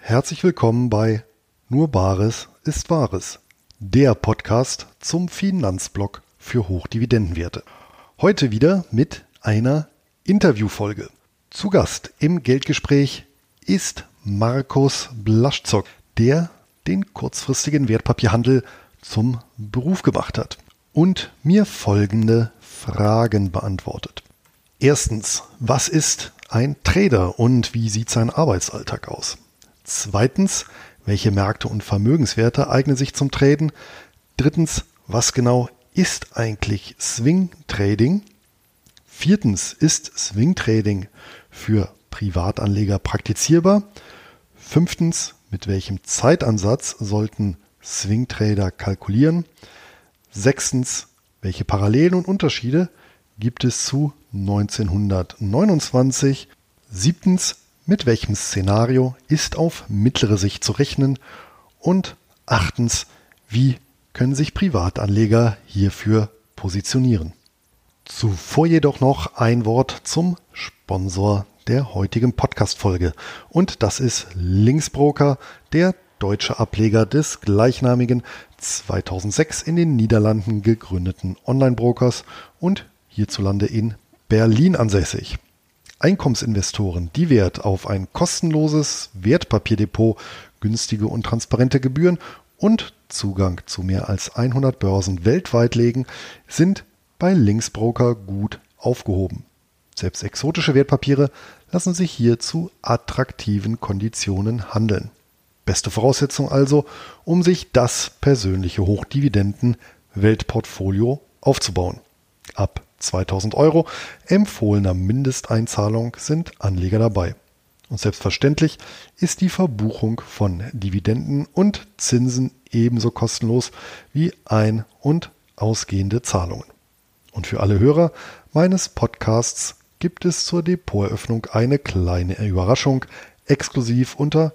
Herzlich willkommen bei Nur Bares ist Wahres, der Podcast zum Finanzblog für Hochdividendenwerte. Heute wieder mit einer Interviewfolge. Zu Gast im Geldgespräch ist Markus Blaschzock, der den kurzfristigen Wertpapierhandel zum Beruf gemacht hat und mir folgende Fragen beantwortet. Erstens, was ist ein Trader und wie sieht sein Arbeitsalltag aus? Zweitens, welche Märkte und Vermögenswerte eignen sich zum Traden? Drittens, was genau ist eigentlich Swing Trading? Viertens, ist Swing Trading für Privatanleger praktizierbar? Fünftens, mit welchem Zeitansatz sollten Swing Trader kalkulieren? Sechstens, welche Parallelen und Unterschiede gibt es zu 1929? Siebtens, mit welchem Szenario ist auf mittlere Sicht zu rechnen? Und achtens, wie können sich Privatanleger hierfür positionieren? Zuvor jedoch noch ein Wort zum Sponsor der heutigen Podcast-Folge. Und das ist Linksbroker, der deutsche Ableger des gleichnamigen 2006 in den Niederlanden gegründeten Online-Brokers und hierzulande in Berlin ansässig. Einkommensinvestoren, die Wert auf ein kostenloses Wertpapierdepot, günstige und transparente Gebühren und Zugang zu mehr als 100 Börsen weltweit legen, sind bei Linksbroker gut aufgehoben. Selbst exotische Wertpapiere lassen sich hier zu attraktiven Konditionen handeln. Beste Voraussetzung also, um sich das persönliche Hochdividenden-Weltportfolio aufzubauen. Ab 2.000 € empfohlener Mindesteinzahlung sind Anleger dabei. Und selbstverständlich ist die Verbuchung von Dividenden und Zinsen ebenso kostenlos wie ein- und ausgehende Zahlungen. Und für alle Hörer meines Podcasts gibt es zur Depoteröffnung eine kleine Überraschung, exklusiv unter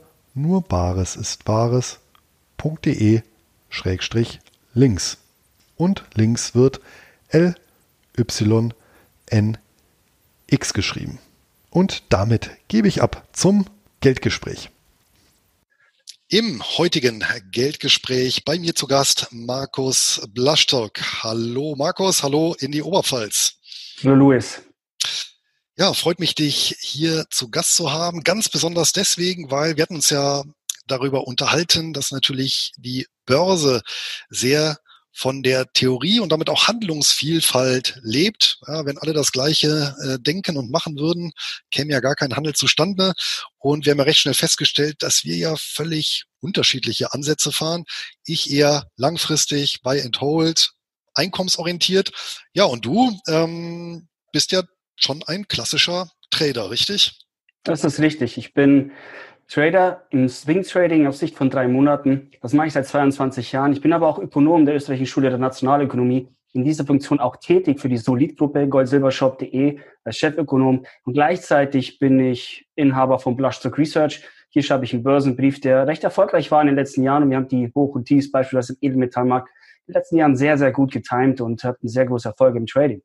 nurbaresistwahres.de/links. Und links wird LYNX geschrieben. Und damit gebe ich ab zum Geldgespräch. Im heutigen Geldgespräch bei mir zu Gast Markus Blaschzock. Hallo Markus, hallo in die Oberpfalz. Hallo Luis. Ja, freut mich, dich hier zu Gast zu haben. Ganz besonders deswegen, weil wir hatten uns ja darüber unterhalten, dass natürlich die Börse sehr von der Theorie und damit auch Handlungsvielfalt lebt. Ja, wenn alle das Gleiche denken und machen würden, käme ja gar kein Handel zustande. Und wir haben ja recht schnell festgestellt, dass wir ja völlig unterschiedliche Ansätze fahren. Ich eher langfristig, Buy and Hold, einkommensorientiert. Ja, und du bist ja schon ein klassischer Trader, richtig? Das ist richtig. Ich bin Trader im Swing Trading auf Sicht von 3 Monaten. Das mache ich seit 22 Jahren. Ich bin aber auch Ökonom der Österreichischen Schule der Nationalökonomie. In dieser Funktion auch tätig für die Solid-Gruppe goldsilbershop.de als Chefökonom. Und gleichzeitig bin ich Inhaber von Blaschzock Research. Hier schreibe ich einen Börsenbrief, der recht erfolgreich war in den letzten Jahren. Und wir haben die Hoch- und Tiefs beispielsweise im Edelmetallmarkt in den letzten Jahren sehr, sehr gut getimt und hatten sehr große Erfolge im Trading.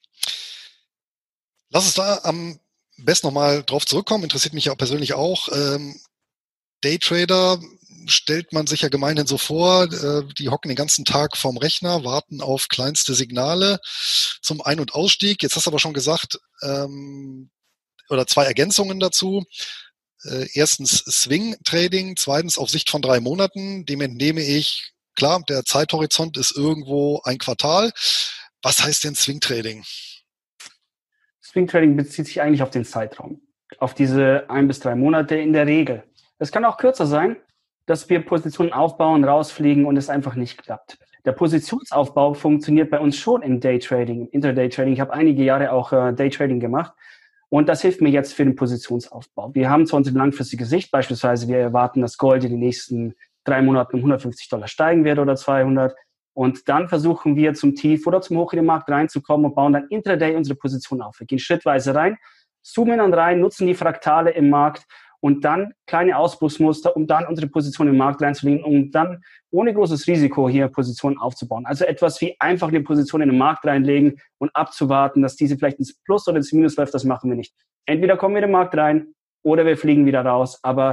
Lass uns da am besten nochmal drauf zurückkommen. Interessiert mich ja persönlich auch. Daytrader stellt man sich ja gemeinhin so vor, die hocken den ganzen Tag vorm Rechner, warten auf kleinste Signale zum Ein- und Ausstieg. Jetzt hast du aber schon gesagt, oder 2 Ergänzungen dazu. Erstens Swing Trading, zweitens auf Sicht von 3 Monaten. Dem entnehme ich, klar, der Zeithorizont ist irgendwo ein Quartal. Was heißt denn Swing Trading? Swing Trading bezieht sich eigentlich auf den Zeitraum, auf diese 1 bis 3 Monate in der Regel. Es kann auch kürzer sein, dass wir Positionen aufbauen, rausfliegen und es einfach nicht klappt. Der Positionsaufbau funktioniert bei uns schon im Daytrading, im Intraday-Trading. Ich habe einige Jahre auch Daytrading gemacht und das hilft mir jetzt für den Positionsaufbau. Wir haben zwar unsere langfristige Sicht, beispielsweise wir erwarten, dass Gold in den nächsten 3 Monaten um $150 steigen wird oder 200. Und dann versuchen wir zum Tief oder zum Hoch in den Markt reinzukommen und bauen dann intraday unsere Position auf. Wir gehen schrittweise rein, zoomen dann rein, nutzen die Fraktale im Markt und dann kleine Ausbruchsmuster, um dann unsere Position im Markt reinzulegen, um dann ohne großes Risiko hier Positionen aufzubauen. Also etwas wie einfach eine Position in den Markt reinlegen und abzuwarten, dass diese vielleicht ins Plus oder ins Minus läuft, das machen wir nicht. Entweder kommen wir in den Markt rein oder wir fliegen wieder raus, aber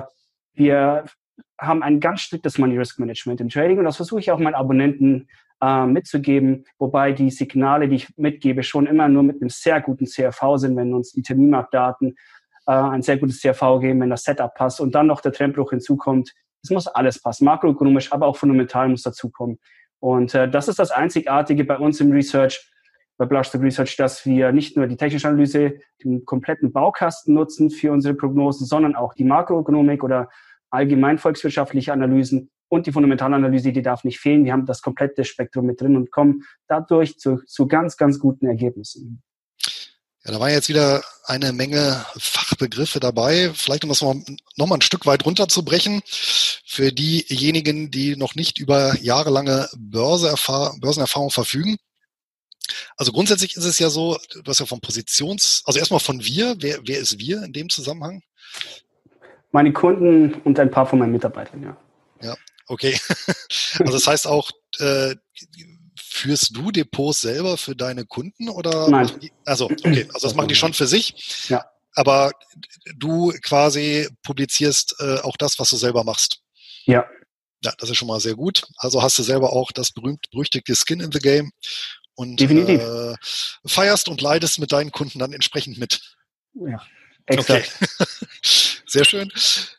Wir haben ein ganz striktes Money Risk Management im Trading und das versuche ich auch meinen Abonnenten mitzugeben, wobei die Signale, die ich mitgebe, schon immer nur mit einem sehr guten CRV sind, wenn uns die Terminmarktdaten ein sehr gutes CRV geben, wenn das Setup passt und dann noch der Trendbruch hinzukommt. Es muss alles passen, makroökonomisch, aber auch fundamental muss dazukommen. Und das ist das Einzigartige bei uns im Research, bei Blushstock Research, dass wir nicht nur die technische Analyse, den kompletten Baukasten nutzen für unsere Prognosen, sondern auch die Makroökonomik oder allgemein volkswirtschaftliche Analysen und die Fundamentalanalyse, die darf nicht fehlen. Wir haben das komplette Spektrum mit drin und kommen dadurch zu ganz, ganz guten Ergebnissen. Ja, da war jetzt wieder eine Menge Fachbegriffe dabei. Vielleicht um das noch mal ein Stück weit runterzubrechen. Für diejenigen, die noch nicht über jahrelange Börsenerfahrung verfügen. Also grundsätzlich ist es ja so, du hast ja also erstmal von wir. Wer ist wir in dem Zusammenhang? Meine Kunden und ein paar von meinen Mitarbeitern, ja. Ja, okay. Also das heißt auch, führst du Depots selber für deine Kunden oder? Nein. Also das machen die schon für sich. Ja. Aber du quasi publizierst auch das, was du selber machst. Ja. Ja, das ist schon mal sehr gut. Also hast du selber auch das berühmt-berüchtigte Skin in the Game und definitiv feierst und leidest mit deinen Kunden dann entsprechend mit. Ja, exakt. Okay. Sehr schön.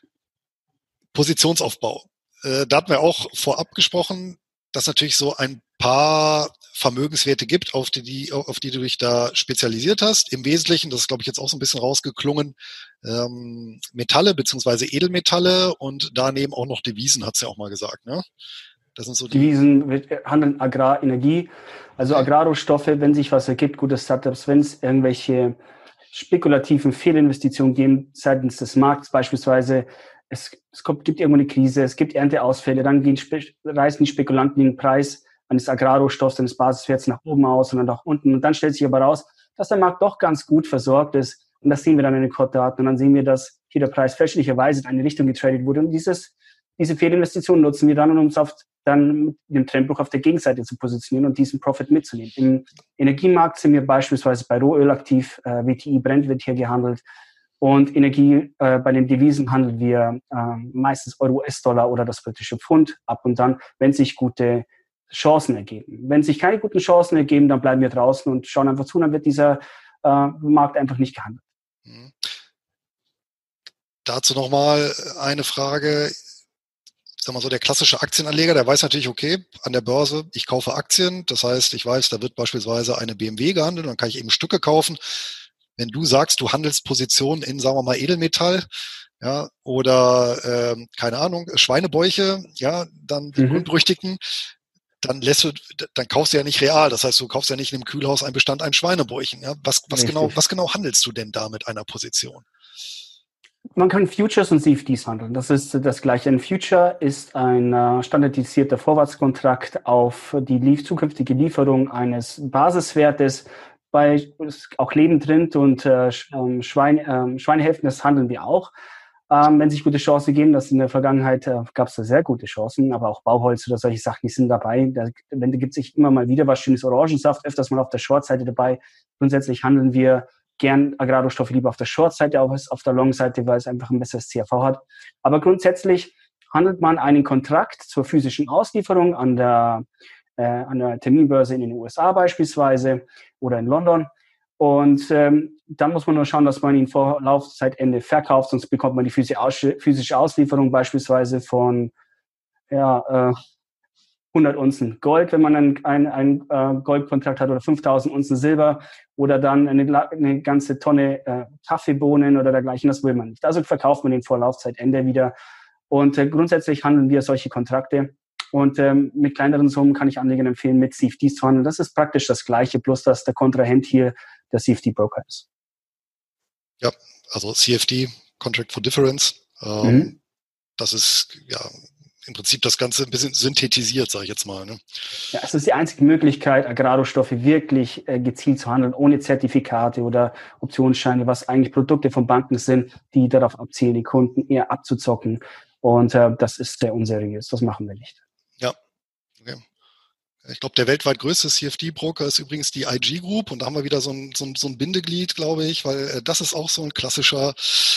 Positionsaufbau. Da hatten wir auch vorab gesprochen, dass natürlich so ein paar Vermögenswerte gibt, auf die du dich da spezialisiert hast. Im Wesentlichen, das ist, glaube ich, jetzt auch so ein bisschen rausgeklungen, Metalle beziehungsweise Edelmetalle und daneben auch noch Devisen, hat's ja auch mal gesagt, ne? Das sind so die Devisen, wir handeln Agrarenergie, also Agrarrohstoffe, wenn sich was ergibt, gute Startups, wenn es irgendwelche spekulativen Fehlinvestitionen geben seitens des Markts beispielsweise, gibt irgendwo eine Krise, es gibt Ernteausfälle, dann reißen die Spekulanten den Preis eines Agrarrohstoffs, eines Basiswerts nach oben aus und nach unten. Und dann stellt sich aber raus, dass der Markt doch ganz gut versorgt ist. Und das sehen wir dann in den Quote-Daten. Und dann sehen wir, dass hier der Preis fälschlicherweise in eine Richtung getradet wurde. Und diese Fehlinvestition nutzen wir dann, um uns dann mit dem Trendbruch auf der Gegenseite zu positionieren und diesen Profit mitzunehmen. Im Energiemarkt sind wir beispielsweise bei Rohöl aktiv. WTI Brent wird hier gehandelt. Und Energie, bei den Devisen handeln wir meistens Euro, US-Dollar oder das britische Pfund ab und dann, wenn sich gute Chancen ergeben. Wenn sich keine guten Chancen ergeben, dann bleiben wir draußen und schauen einfach zu, dann wird dieser Markt einfach nicht gehandelt. Dazu nochmal eine Frage. Ich sag mal so, der klassische Aktienanleger, der weiß natürlich, okay, an der Börse, ich kaufe Aktien. Das heißt, ich weiß, da wird beispielsweise eine BMW gehandelt, dann kann ich eben Stücke kaufen. Wenn du sagst, du handelst Positionen in, sagen wir mal, Edelmetall, ja, oder keine Ahnung, Schweinebäuche, ja, dann die berüchtigten, dann kaufst du ja nicht real. Das heißt, du kaufst ja nicht in einem Kühlhaus einen Bestand an Schweinebäuchen. Ja? Was genau handelst du denn da mit einer Position? Man kann Futures und CFDs handeln. Das ist das Gleiche. Ein Future ist ein standardisierter Vorwärtskontrakt auf die zukünftige Lieferung eines Basiswertes. Bei auch Lebendrind und Schweinehälften, das handeln wir auch. Wenn sich gute Chancen geben, in der Vergangenheit gab es da sehr gute Chancen, aber auch Bauholz oder solche Sachen, die sind dabei. Da gibt sich immer mal wieder was Schönes, Orangensaft, öfters mal auf der Short-Seite dabei. Grundsätzlich handeln wir gern Agrarrohstoffe lieber auf der Short-Seite als auf der Long-Seite, weil es einfach ein besseres CRV hat. Aber grundsätzlich handelt man einen Kontrakt zur physischen Auslieferung an der Terminbörse in den USA beispielsweise oder in London. Und dann muss man nur schauen, dass man ihn vor Laufzeitende verkauft, sonst bekommt man die physische Auslieferung beispielsweise von 100 Unzen Gold, wenn man einen Goldkontrakt hat, oder 5000 Unzen Silber oder dann eine ganze Tonne Kaffeebohnen oder dergleichen. Das will man nicht. Also verkauft man den vor Laufzeitende wieder. Und grundsätzlich handeln wir solche Kontrakte. Und mit kleineren Summen kann ich Anlegern empfehlen, mit CFDs zu handeln. Das ist praktisch das Gleiche, bloß dass der Kontrahent hier der CFD-Broker ist. Ja, also CFD, Contract for Difference. Das ist ja im Prinzip das Ganze ein bisschen synthetisiert, sage ich jetzt mal. Ne? Ja, es ist die einzige Möglichkeit, Agrarrohstoffe wirklich gezielt zu handeln, ohne Zertifikate oder Optionsscheine, was eigentlich Produkte von Banken sind, die darauf abzielen, die Kunden eher abzuzocken. Und das ist sehr unseriös. Das machen wir nicht. Ja, okay. Ich glaube, der weltweit größte CFD-Broker ist übrigens die IG Group und da haben wir wieder so ein Bindeglied, glaube ich, weil das ist auch so ein klassischer,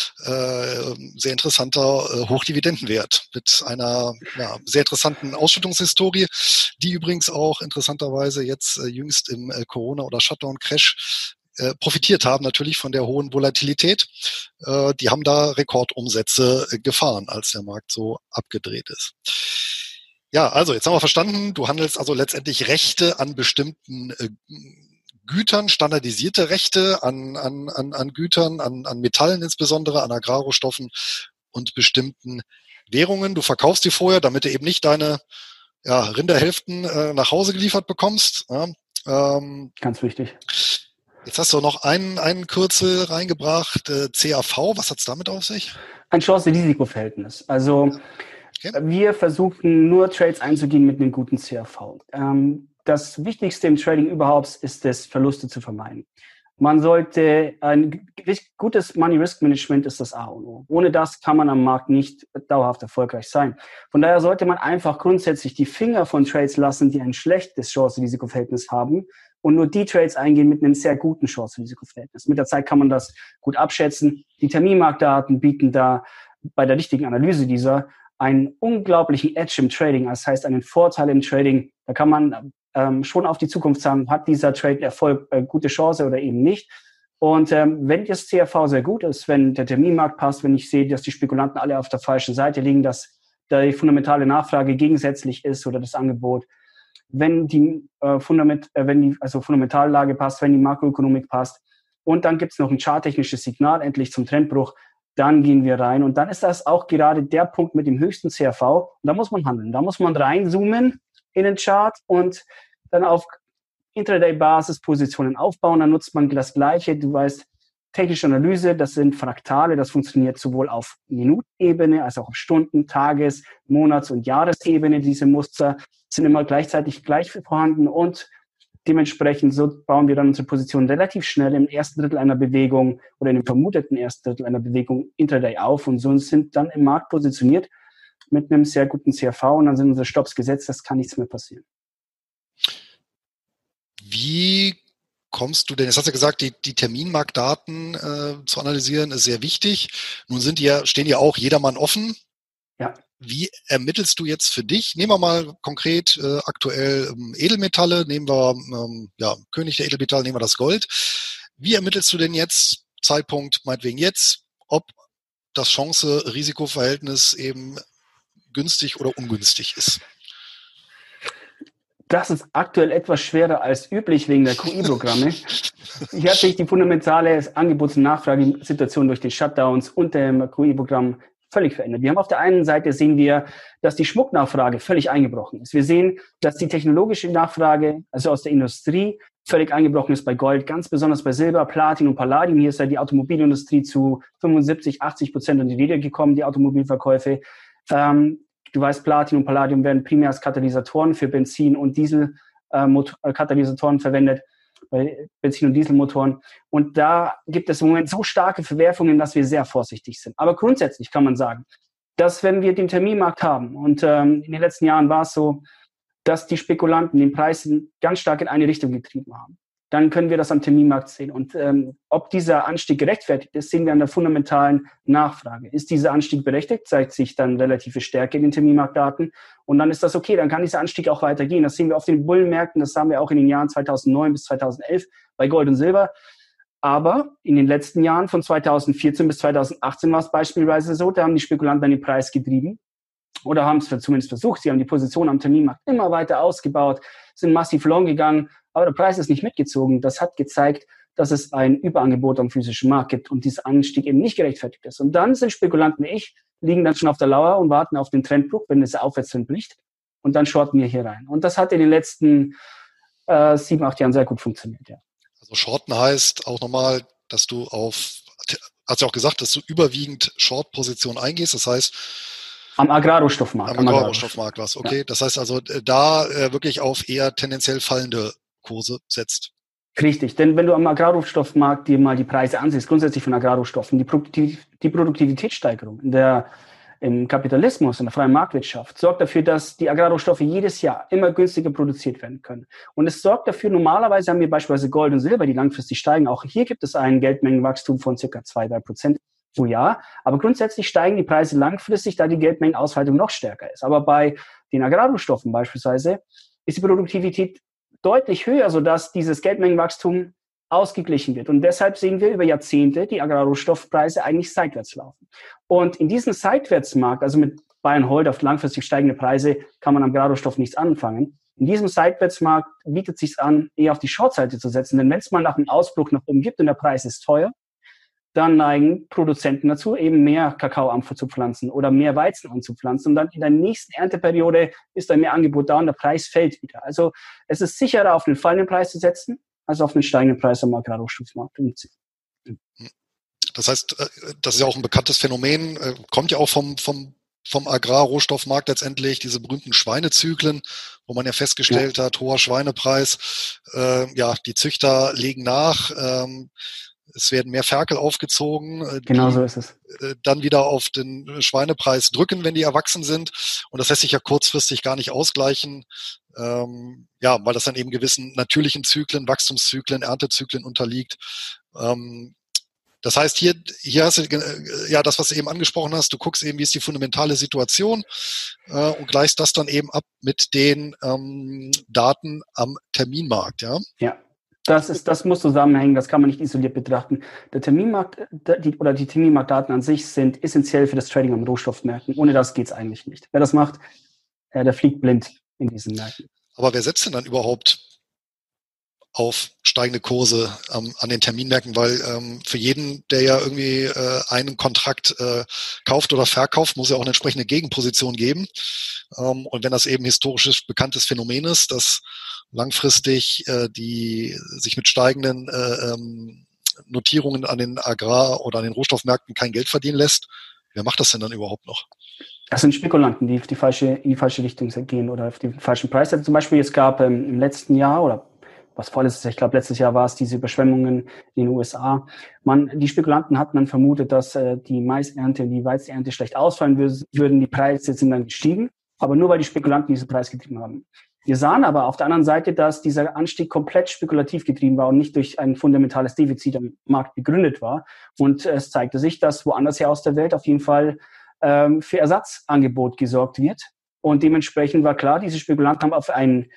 sehr interessanter Hochdividendenwert mit einer sehr interessanten Ausschüttungshistorie, die übrigens auch interessanterweise jetzt jüngst im Corona- oder Shutdown-Crash profitiert haben natürlich von der hohen Volatilität. Die haben da Rekordumsätze gefahren, als der Markt so abgedreht ist. Ja, also jetzt haben wir verstanden, du handelst also letztendlich Rechte an bestimmten Gütern, standardisierte Rechte an Gütern, an Metallen insbesondere, an Agrarrohstoffen und bestimmten Währungen. Du verkaufst die vorher, damit du eben nicht deine Rinderhälften nach Hause geliefert bekommst. Ja, ganz wichtig. Jetzt hast du noch einen Kürzel reingebracht, CAV. Was hat es damit auf sich? Ein Chance-Risiko-Verhältnis. Also wir versuchen nur Trades einzugehen mit einem guten CAV. Das Wichtigste im Trading überhaupt ist es, Verluste zu vermeiden. Man sollte ein gutes Money-Risk-Management ist das A und O. Ohne das kann man am Markt nicht dauerhaft erfolgreich sein. Von daher sollte man einfach grundsätzlich die Finger von Trades lassen, die ein schlechtes Chance-Risiko-Verhältnis haben und nur die Trades eingehen mit einem sehr guten Chance-Risiko-Verhältnis. Mit der Zeit kann man das gut abschätzen. Die Terminmarktdaten bieten da bei der richtigen Analyse dieser einen unglaublichen Edge im Trading, das heißt einen Vorteil im Trading. Da kann man schon auf die Zukunft sagen, hat dieser Trade Erfolg, gute Chance oder eben nicht. Und wenn das CRV sehr gut ist, wenn der Terminmarkt passt, wenn ich sehe, dass die Spekulanten alle auf der falschen Seite liegen, dass die fundamentale Nachfrage gegensätzlich ist oder das Angebot, wenn die Fundamentallage passt, wenn die Makroökonomik passt und dann gibt es noch ein charttechnisches Signal endlich zum Trendbruch, dann gehen wir rein und dann ist das auch gerade der Punkt mit dem höchsten CRV und da muss man handeln, da muss man reinzoomen in den Chart und dann auf Intraday-Basis Positionen aufbauen, dann nutzt man das Gleiche, du weißt, technische Analyse, das sind Fraktale, das funktioniert sowohl auf Minutenebene als auch auf Stunden-, Tages-, Monats- und Jahresebene. Diese Muster sind immer gleichzeitig gleich vorhanden und dementsprechend so bauen wir dann unsere Position relativ schnell im ersten Drittel einer Bewegung oder in dem vermuteten ersten Drittel einer Bewegung Intraday auf und so sind dann im Markt positioniert mit einem sehr guten CRV und dann sind unsere Stops gesetzt, das kann nichts mehr passieren. Wie kommst du denn, jetzt hast du gesagt, die Terminmarktdaten zu analysieren ist sehr wichtig. Nun stehen ja auch jedermann offen. Ja. Wie ermittelst du jetzt für dich? Nehmen wir mal konkret aktuell Edelmetalle, nehmen wir König der Edelmetalle, nehmen wir das Gold. Wie ermittelst du denn jetzt, Zeitpunkt meinetwegen jetzt, ob das Chance-Risiko-Verhältnis eben günstig oder ungünstig ist? Das ist aktuell etwas schwerer als üblich wegen der QI-Programme. Hier hat sich die fundamentale Angebots- und Nachfragesituation durch die Shutdowns und dem QI-Programm völlig verändert. Wir haben auf der einen Seite sehen wir, dass die Schmucknachfrage völlig eingebrochen ist. Wir sehen, dass die technologische Nachfrage, also aus der Industrie, völlig eingebrochen ist bei Gold, ganz besonders bei Silber, Platin und Palladium. Hier ist ja die Automobilindustrie zu 75-80% in die Rede gekommen, die Automobilverkäufe. Du weißt, Platin und Palladium werden primär als Katalysatoren für Benzin- und Diesel-Katalysatoren verwendet, bei Benzin- und Dieselmotoren. Und da gibt es im Moment so starke Verwerfungen, dass wir sehr vorsichtig sind. Aber grundsätzlich kann man sagen, dass wenn wir den Terminmarkt haben und in den letzten Jahren war es so, dass die Spekulanten den Preis ganz stark in eine Richtung getrieben haben, dann können wir das am Terminmarkt sehen. Und ob dieser Anstieg gerechtfertigt ist, sehen wir an der fundamentalen Nachfrage. Ist dieser Anstieg berechtigt, zeigt sich dann relative Stärke in den Terminmarktdaten. Und dann ist das okay, dann kann dieser Anstieg auch weitergehen. Das sehen wir auf den Bullenmärkten, das haben wir auch in den Jahren 2009 bis 2011 bei Gold und Silber. Aber in den letzten Jahren von 2014 bis 2018 war es beispielsweise so, da haben die Spekulanten dann den Preis getrieben oder haben es zumindest versucht. Sie haben die Position am Terminmarkt immer weiter ausgebaut, sind massiv long gegangen, aber der Preis ist nicht mitgezogen. Das hat gezeigt, dass es ein Überangebot am physischen Markt gibt und dieser Anstieg eben nicht gerechtfertigt ist. Und dann sind Spekulanten wie ich, liegen dann schon auf der Lauer und warten auf den Trendbruch, wenn es Aufwärtstrend bricht. Und dann shorten wir hier rein. Und das hat in den letzten 7-8 Jahren sehr gut funktioniert. Ja. Also shorten heißt auch nochmal, dass du hast ja auch gesagt, dass du überwiegend Short-Positionen eingehst. Das heißt, am Agrarrohstoffmarkt. Am Agrarrohstoffmarkt was, okay. Ja. Das heißt also, da wirklich auf eher tendenziell fallende Kurse setzt. Richtig, denn wenn du am Agrarrohstoffmarkt dir mal die Preise ansiehst, grundsätzlich von Agrarrohstoffen, die Produktivitätssteigerung in der im Kapitalismus, in der freien Marktwirtschaft, sorgt dafür, dass die Agrarrohstoffe jedes Jahr immer günstiger produziert werden können. Und es sorgt dafür, normalerweise haben wir beispielsweise Gold und Silber, die langfristig steigen. Auch hier gibt es ein Geldmengenwachstum von circa 2-3% pro Jahr. Aber grundsätzlich steigen die Preise langfristig, da die Geldmengenausweitung noch stärker ist. Aber bei den Agrarrohstoffen beispielsweise ist die Produktivität deutlich höher, sodass dieses Geldmengenwachstum ausgeglichen wird. Und deshalb sehen wir über Jahrzehnte die Agrarrohstoffpreise eigentlich seitwärts laufen. Und in diesem Seitwärtsmarkt, also mit Buy and Hold auf langfristig steigende Preise, kann man am Agrarrohstoff nichts anfangen. In diesem Seitwärtsmarkt bietet es sich an, eher auf die Shortseite zu setzen. Denn wenn es mal nach einem Ausbruch nach oben gibt und der Preis ist teuer, dann neigen Produzenten dazu, eben mehr Kakao anzupflanzen oder mehr Weizen anzupflanzen. Und dann in der nächsten Ernteperiode ist dann mehr Angebot da und der Preis fällt wieder. Also es ist sicherer, auf den fallenden Preis zu setzen, als auf den steigenden Preis am Agrarrohstoffmarkt. Das heißt, das ist ja auch ein bekanntes Phänomen, kommt ja auch vom Agrarrohstoffmarkt letztendlich, diese berühmten Schweinezyklen, wo man ja festgestellt hat, hoher Schweinepreis, die Züchter legen nach, es werden mehr Ferkel aufgezogen, genau so ist es. Dann wieder auf den Schweinepreis drücken, wenn die erwachsen sind. Und das lässt sich ja kurzfristig gar nicht ausgleichen, weil das dann eben gewissen natürlichen Zyklen, Wachstumszyklen, Erntezyklen unterliegt. Das heißt, hier hast du das, was du eben angesprochen hast, du guckst eben, wie ist die fundamentale Situation und gleichst das dann eben ab mit den Daten am Terminmarkt, ja? Ja. Das muss zusammenhängen, das kann man nicht isoliert betrachten. Der Terminmarkt die Terminmarktdaten an sich sind essentiell für das Trading am Rohstoffmärkten. Ohne das geht's eigentlich nicht. Wer das macht, der fliegt blind in diesen Märkten. Aber wer setzt denn dann überhaupt auf steigende Kurse an den Terminmärkten? Weil für jeden, der ja irgendwie einen Kontrakt kauft oder verkauft, muss ja auch eine entsprechende Gegenposition geben. Und wenn das eben historisch bekanntes Phänomen ist, dass langfristig die sich mit steigenden Notierungen an den Agrar- oder an den Rohstoffmärkten kein Geld verdienen lässt, wer macht das denn dann überhaupt noch? Das sind Spekulanten, die in die falsche Richtung gehen oder auf den falschen Preis setzen. Zum Beispiel, es gab im letzten Jahr oder was vorletztes Jahr, ich glaube letztes Jahr war es, diese Überschwemmungen in den USA. Die Spekulanten hatten dann vermutet, dass die Maisernte und die Weizenernte schlecht ausfallen würden. Die Preise sind dann gestiegen, aber nur weil die Spekulanten diesen Preis getrieben haben. Wir sahen aber auf der anderen Seite, dass dieser Anstieg komplett spekulativ getrieben war und nicht durch ein fundamentales Defizit am Markt begründet war. Und es zeigte sich, dass woanders her aus der Welt auf jeden Fall für Ersatzangebot gesorgt wird. Und dementsprechend war klar, diese Spekulanten haben auf ein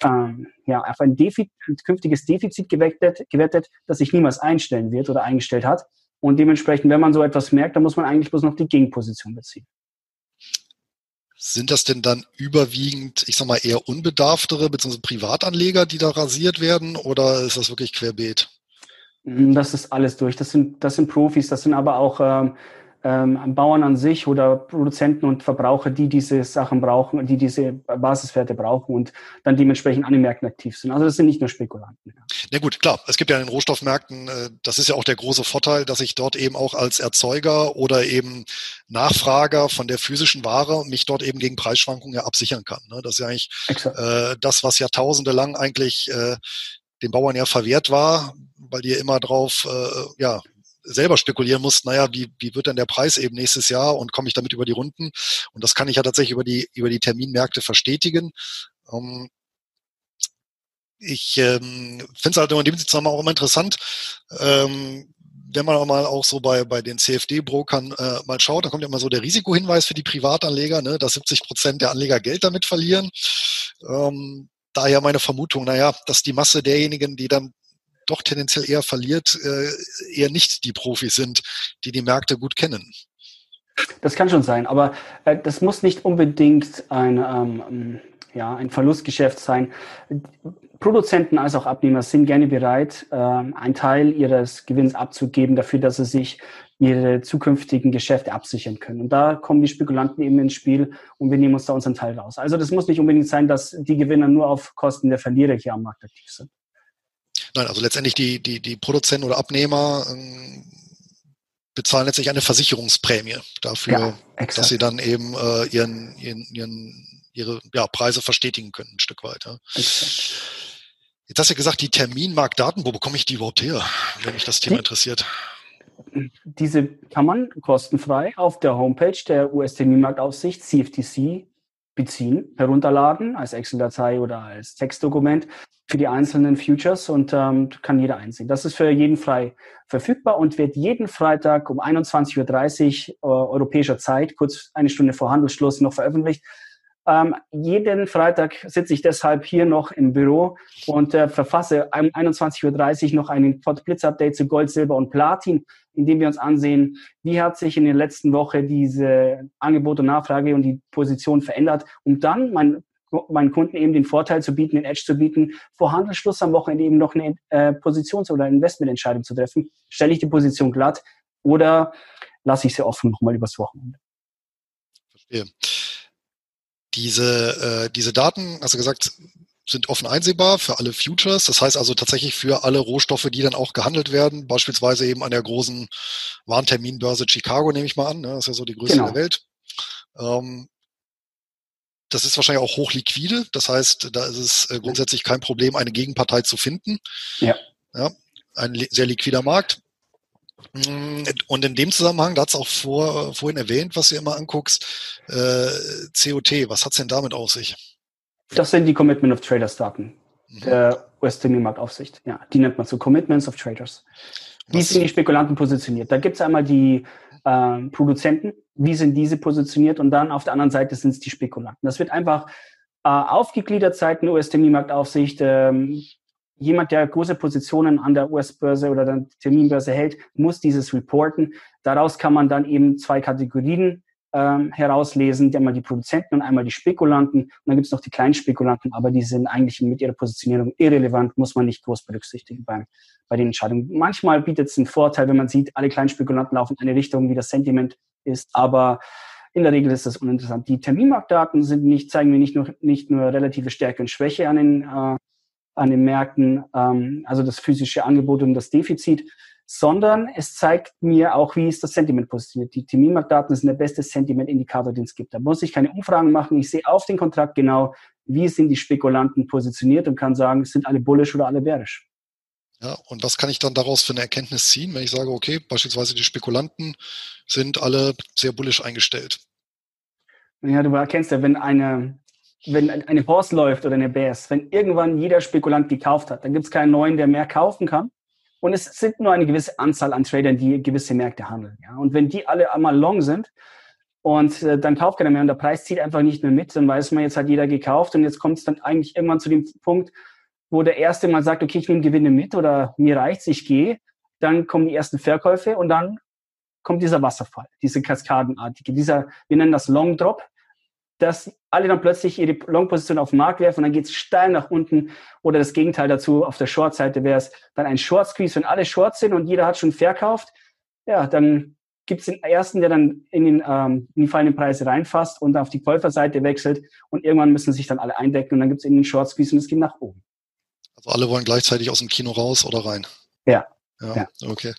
künftiges Defizit gewettet, das sich niemals einstellen wird oder eingestellt hat. Und dementsprechend, wenn man so etwas merkt, dann muss man eigentlich bloß noch die Gegenposition beziehen. Sind das denn dann überwiegend, ich sag mal, eher unbedarftere bzw. Privatanleger, die da rasiert werden, oder ist das wirklich querbeet? Das ist alles durch. Das sind Profis, das sind aber auch Bauern an sich oder Produzenten und Verbraucher, die diese Sachen brauchen und die diese Basiswerte brauchen und dann dementsprechend an den Märkten aktiv sind. Also das sind nicht nur Spekulanten. Na gut, klar. Es gibt ja in den Rohstoffmärkten, das ist ja auch der große Vorteil, dass ich dort eben auch als Erzeuger oder eben Nachfrager von der physischen Ware mich dort eben gegen Preisschwankungen ja absichern kann. Ne? Das ist ja eigentlich das, was Jahrtausende lang eigentlich den Bauern ja verwehrt war, weil die ja immer drauf selber spekulieren muss, wie wird denn der Preis eben nächstes Jahr und komme ich damit über die Runden? Und das kann ich ja tatsächlich über die Terminmärkte verstetigen. Ich finde es halt in dem Zusammenhang auch immer interessant, wenn man mal auch so bei den CFD-Brokern mal schaut, dann kommt ja immer so der Risikohinweis für die Privatanleger, ne, dass 70% der Anleger Geld damit verlieren. Daher meine Vermutung, dass die Masse derjenigen, die dann doch tendenziell eher verliert, eher nicht die Profis sind, die die Märkte gut kennen. Das kann schon sein, aber das muss nicht unbedingt ein Verlustgeschäft sein. Produzenten als auch Abnehmer sind gerne bereit, einen Teil ihres Gewinns abzugeben dafür, dass sie sich ihre zukünftigen Geschäfte absichern können. Und da kommen die Spekulanten eben ins Spiel und wir nehmen uns da unseren Teil raus. Also das muss nicht unbedingt sein, dass die Gewinner nur auf Kosten der Verlierer hier am Markt aktiv sind. Nein, also letztendlich die Produzenten oder Abnehmer bezahlen letztendlich eine Versicherungsprämie dafür, dass sie dann eben ihre Preise verstetigen können, ein Stück weit. Ja. Jetzt hast du gesagt, die Terminmarktdaten, wo bekomme ich die überhaupt her, wenn mich das Thema interessiert? diese kann man kostenfrei auf der Homepage der US-Terminmarktaufsicht CFTC beziehen, herunterladen als Excel-Datei oder als Textdokument für die einzelnen Futures und kann jeder einsehen. Das ist für jeden frei verfügbar und wird jeden Freitag um 21:30 Uhr europäischer Zeit, kurz eine Stunde vor Handelsschluss, noch veröffentlicht. Jeden Freitag sitze ich deshalb hier noch im Büro und verfasse um 21:30 Uhr noch einen Blitz-Update zu Gold, Silber und Platin, in dem wir uns ansehen, wie hat sich in der letzten Woche diese Angebot und Nachfrage und die Position verändert, um dann meinen Kunden eben den Vorteil zu bieten, den Edge zu bieten, vor Handelsschluss am Wochenende eben noch eine Positions- oder Investmententscheidung zu treffen. Stelle ich die Position glatt oder lasse ich sie offen nochmal übers Wochenende? Verstehe. Diese Daten, hast du gesagt, sind offen einsehbar für alle Futures. Das heißt also tatsächlich für alle Rohstoffe, die dann auch gehandelt werden, beispielsweise eben an der großen Warenterminbörse Chicago, nehme ich mal an. Das ist ja so die größte der Welt. Das ist wahrscheinlich auch hochliquide. Das heißt, da ist es grundsätzlich kein Problem, eine Gegenpartei zu finden. Ja. Ja, ein sehr liquider Markt. Und in dem Zusammenhang, da hat es auch vorhin erwähnt, was du immer anguckst, COT, was hat es denn damit auf sich? Das sind die Commitment of Traders Daten der US-Terminmarktaufsicht. Ja, die nennt man so Commitments of Traders. Wie sind die Spekulanten positioniert? Da gibt es einmal die Produzenten, wie sind diese positioniert und dann auf der anderen Seite sind es die Spekulanten. Das wird einfach aufgegliedert seit der US-Terminmarktaufsicht. Jemand, der große Positionen an der US-Börse oder der Terminbörse hält, muss dieses reporten. Daraus kann man dann eben zwei Kategorien herauslesen, einmal die Produzenten und einmal die Spekulanten. Und dann gibt es noch die kleinen Spekulanten, aber die sind eigentlich mit ihrer Positionierung irrelevant, muss man nicht groß berücksichtigen bei den Entscheidungen. Manchmal bietet es einen Vorteil, wenn man sieht, alle kleinen Spekulanten laufen in eine Richtung, wie das Sentiment ist, aber in der Regel ist das uninteressant. Die Terminmarktdaten zeigen mir nicht nur relative Stärke und Schwäche an den Märkten, also das physische Angebot und das Defizit, sondern es zeigt mir auch, wie ist das Sentiment positioniert. Die Terminmarktdaten sind der beste Sentiment-Indikator, den es gibt. Da muss ich keine Umfragen machen. Ich sehe auf den Kontrakt genau, wie sind die Spekulanten positioniert und kann sagen, sind alle bullish oder alle bearish. Ja, und was kann ich dann daraus für eine Erkenntnis ziehen, wenn ich sage, okay, beispielsweise die Spekulanten sind alle sehr bullish eingestellt? Ja, du erkennst ja, wenn eine Horse läuft oder eine Bears, wenn irgendwann jeder Spekulant gekauft hat, dann gibt es keinen neuen, der mehr kaufen kann. Und es sind nur eine gewisse Anzahl an Tradern, die gewisse Märkte handeln. Ja? Und wenn die alle einmal long sind und dann kauft keiner mehr und der Preis zieht einfach nicht mehr mit, dann weiß man, jetzt hat jeder gekauft und jetzt kommt es dann eigentlich irgendwann zu dem Punkt, wo der Erste mal sagt, okay, ich nehme Gewinne mit oder mir reicht's, ich gehe. Dann kommen die ersten Verkäufe und dann kommt dieser Wasserfall, diese Kaskadenartige, wir nennen das Long Drop, dass alle dann plötzlich ihre Long-Position auf den Markt werfen und dann geht es steil nach unten oder das Gegenteil dazu, auf der Short-Seite wäre es dann ein Short-Squeeze, wenn alle Short sind und jeder hat schon verkauft, ja, dann gibt es den Ersten, der dann in die fallenden Preise reinfasst und auf die Käuferseite wechselt und irgendwann müssen sich dann alle eindecken und dann gibt es eben den Short-Squeeze und es geht nach oben. Also alle wollen gleichzeitig aus dem Kino raus oder rein? Ja. Okay.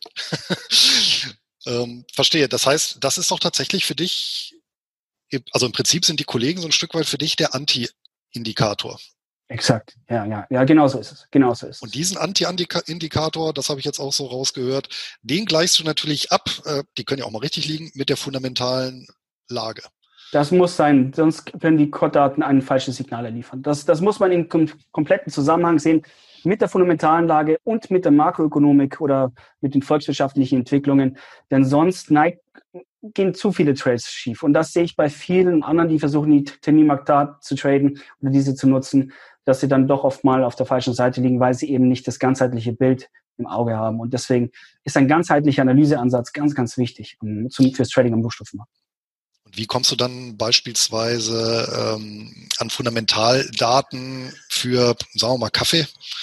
Verstehe. Das heißt, das ist doch tatsächlich für dich, also im Prinzip sind die Kollegen so ein Stück weit für dich der Anti-Indikator. Exakt, ja, genau so ist es. Und diesen Anti-Indikator, das habe ich jetzt auch so rausgehört, den gleichst du natürlich ab, die können ja auch mal richtig liegen, mit der fundamentalen Lage. Das muss sein, sonst können die Code-Daten ein falsches Signal liefern. Das muss man im kompletten Zusammenhang sehen mit der fundamentalen Lage und mit der Makroökonomik oder mit den volkswirtschaftlichen Entwicklungen, denn sonst gehen zu viele Trades schief. Und das sehe ich bei vielen anderen, die versuchen, die Terminmarktdaten zu traden oder diese zu nutzen, dass sie dann doch oft mal auf der falschen Seite liegen, weil sie eben nicht das ganzheitliche Bild im Auge haben. Und deswegen ist ein ganzheitlicher Analyseansatz ganz, ganz wichtig fürs Trading am Rohstoffmarkt. Und wie kommst du dann beispielsweise an Fundamentaldaten für, sagen wir mal, Kaffee?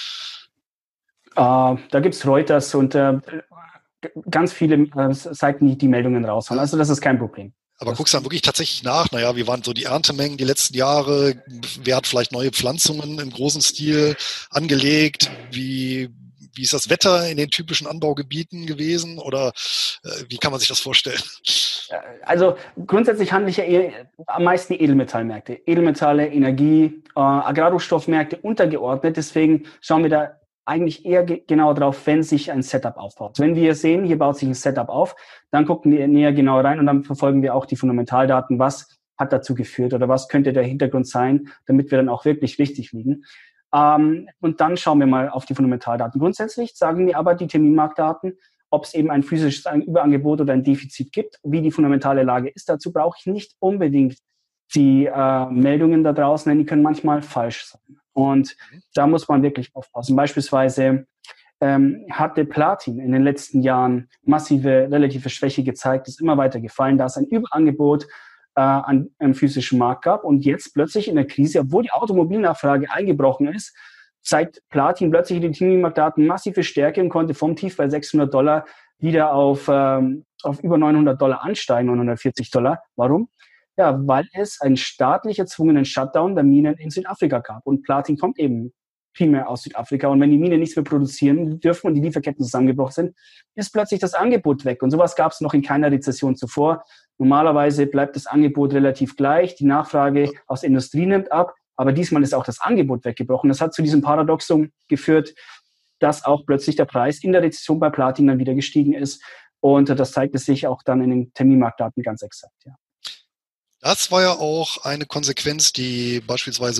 Da gibt's Reuters und ganz viele Seiten, die Meldungen raushauen. Also das ist kein Problem. Aber guckst du dann wirklich tatsächlich nach, naja, wie waren so die Erntemengen die letzten Jahre? Wer hat vielleicht neue Pflanzungen im großen Stil angelegt? Wie ist das Wetter in den typischen Anbaugebieten gewesen? Oder wie kann man sich das vorstellen? Also grundsätzlich handle ich ja am meisten die Edelmetallmärkte. Edelmetalle, Energie, Agrarrohstoffmärkte untergeordnet. Deswegen schauen wir da eigentlich eher genau drauf, wenn sich ein Setup aufbaut. Wenn wir sehen, hier baut sich ein Setup auf, dann gucken wir näher genau rein und dann verfolgen wir auch die Fundamentaldaten, was hat dazu geführt oder was könnte der Hintergrund sein, damit wir dann auch wirklich richtig liegen. Und dann schauen wir mal auf die Fundamentaldaten. Grundsätzlich sagen mir aber die Terminmarktdaten, ob es eben ein physisches Überangebot oder ein Defizit gibt, wie die fundamentale Lage ist. Dazu brauche ich nicht unbedingt die Meldungen da draußen, denn die können manchmal falsch sein. Und da muss man wirklich aufpassen. Beispielsweise hatte Platin in den letzten Jahren massive relative Schwäche gezeigt, ist immer weiter gefallen, da es ein Überangebot an einem physischen Markt gab. Und jetzt plötzlich in der Krise, obwohl die Automobilnachfrage eingebrochen ist, zeigt Platin plötzlich in den Terminmarktdaten massive Stärke und konnte vom Tief bei $600 wieder auf über $900 ansteigen, $940. Warum? Ja, weil es einen staatlich erzwungenen Shutdown der Minen in Südafrika gab. Und Platin kommt eben primär aus Südafrika. Und wenn die Minen nichts mehr produzieren dürfen und die Lieferketten zusammengebrochen sind, ist plötzlich das Angebot weg. Und sowas gab es noch in keiner Rezession zuvor. Normalerweise bleibt das Angebot relativ gleich. Die Nachfrage aus der Industrie nimmt ab. Aber diesmal ist auch das Angebot weggebrochen. Das hat zu diesem Paradoxum geführt, dass auch plötzlich der Preis in der Rezession bei Platin dann wieder gestiegen ist. Und das zeigte sich auch dann in den Terminmarktdaten ganz exakt, ja. Das war ja auch eine Konsequenz, die beispielsweise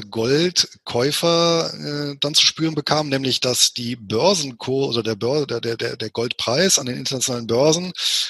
Goldkäufer dann zu spüren bekamen, nämlich dass die Börsenkurs oder der Goldpreis an den internationalen Börsen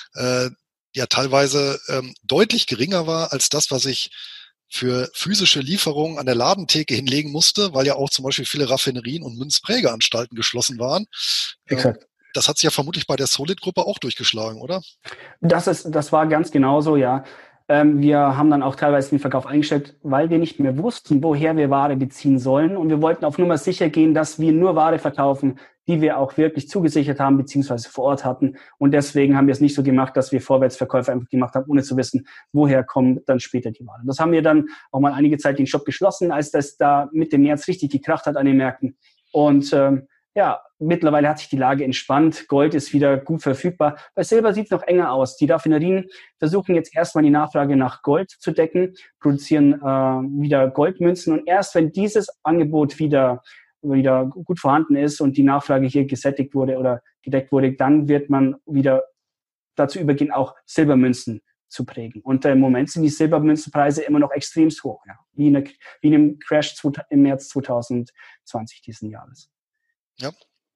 ja teilweise deutlich geringer war als das, was ich für physische Lieferungen an der Ladentheke hinlegen musste, weil ja auch zum Beispiel viele Raffinerien und Münzprägeanstalten geschlossen waren. Exakt. Das hat sich ja vermutlich bei der Solid-Gruppe auch durchgeschlagen, oder? Das war ganz genauso, ja. Wir haben dann auch teilweise den Verkauf eingestellt, weil wir nicht mehr wussten, woher wir Ware beziehen sollen. Und wir wollten auf Nummer sicher gehen, dass wir nur Ware verkaufen, die wir auch wirklich zugesichert haben beziehungsweise vor Ort hatten. Und deswegen haben wir es nicht so gemacht, dass wir Vorwärtsverkäufe einfach gemacht haben, ohne zu wissen, woher kommt dann später die Ware. Das haben wir dann auch mal einige Zeit den Shop geschlossen, als das da Mitte März richtig gekracht hat an den Märkten. Und ja, mittlerweile hat sich die Lage entspannt. Gold ist wieder gut verfügbar. Bei Silber sieht es noch enger aus. Die Raffinerien versuchen jetzt erstmal die Nachfrage nach Gold zu decken, produzieren wieder Goldmünzen. Und erst wenn dieses Angebot wieder gut vorhanden ist und die Nachfrage hier gesättigt wurde oder gedeckt wurde, dann wird man wieder dazu übergehen, auch Silbermünzen zu prägen. Und im Moment sind die Silbermünzenpreise immer noch extremst hoch, ja, wie in einem Crash im März 2020 diesen Jahres. Ja.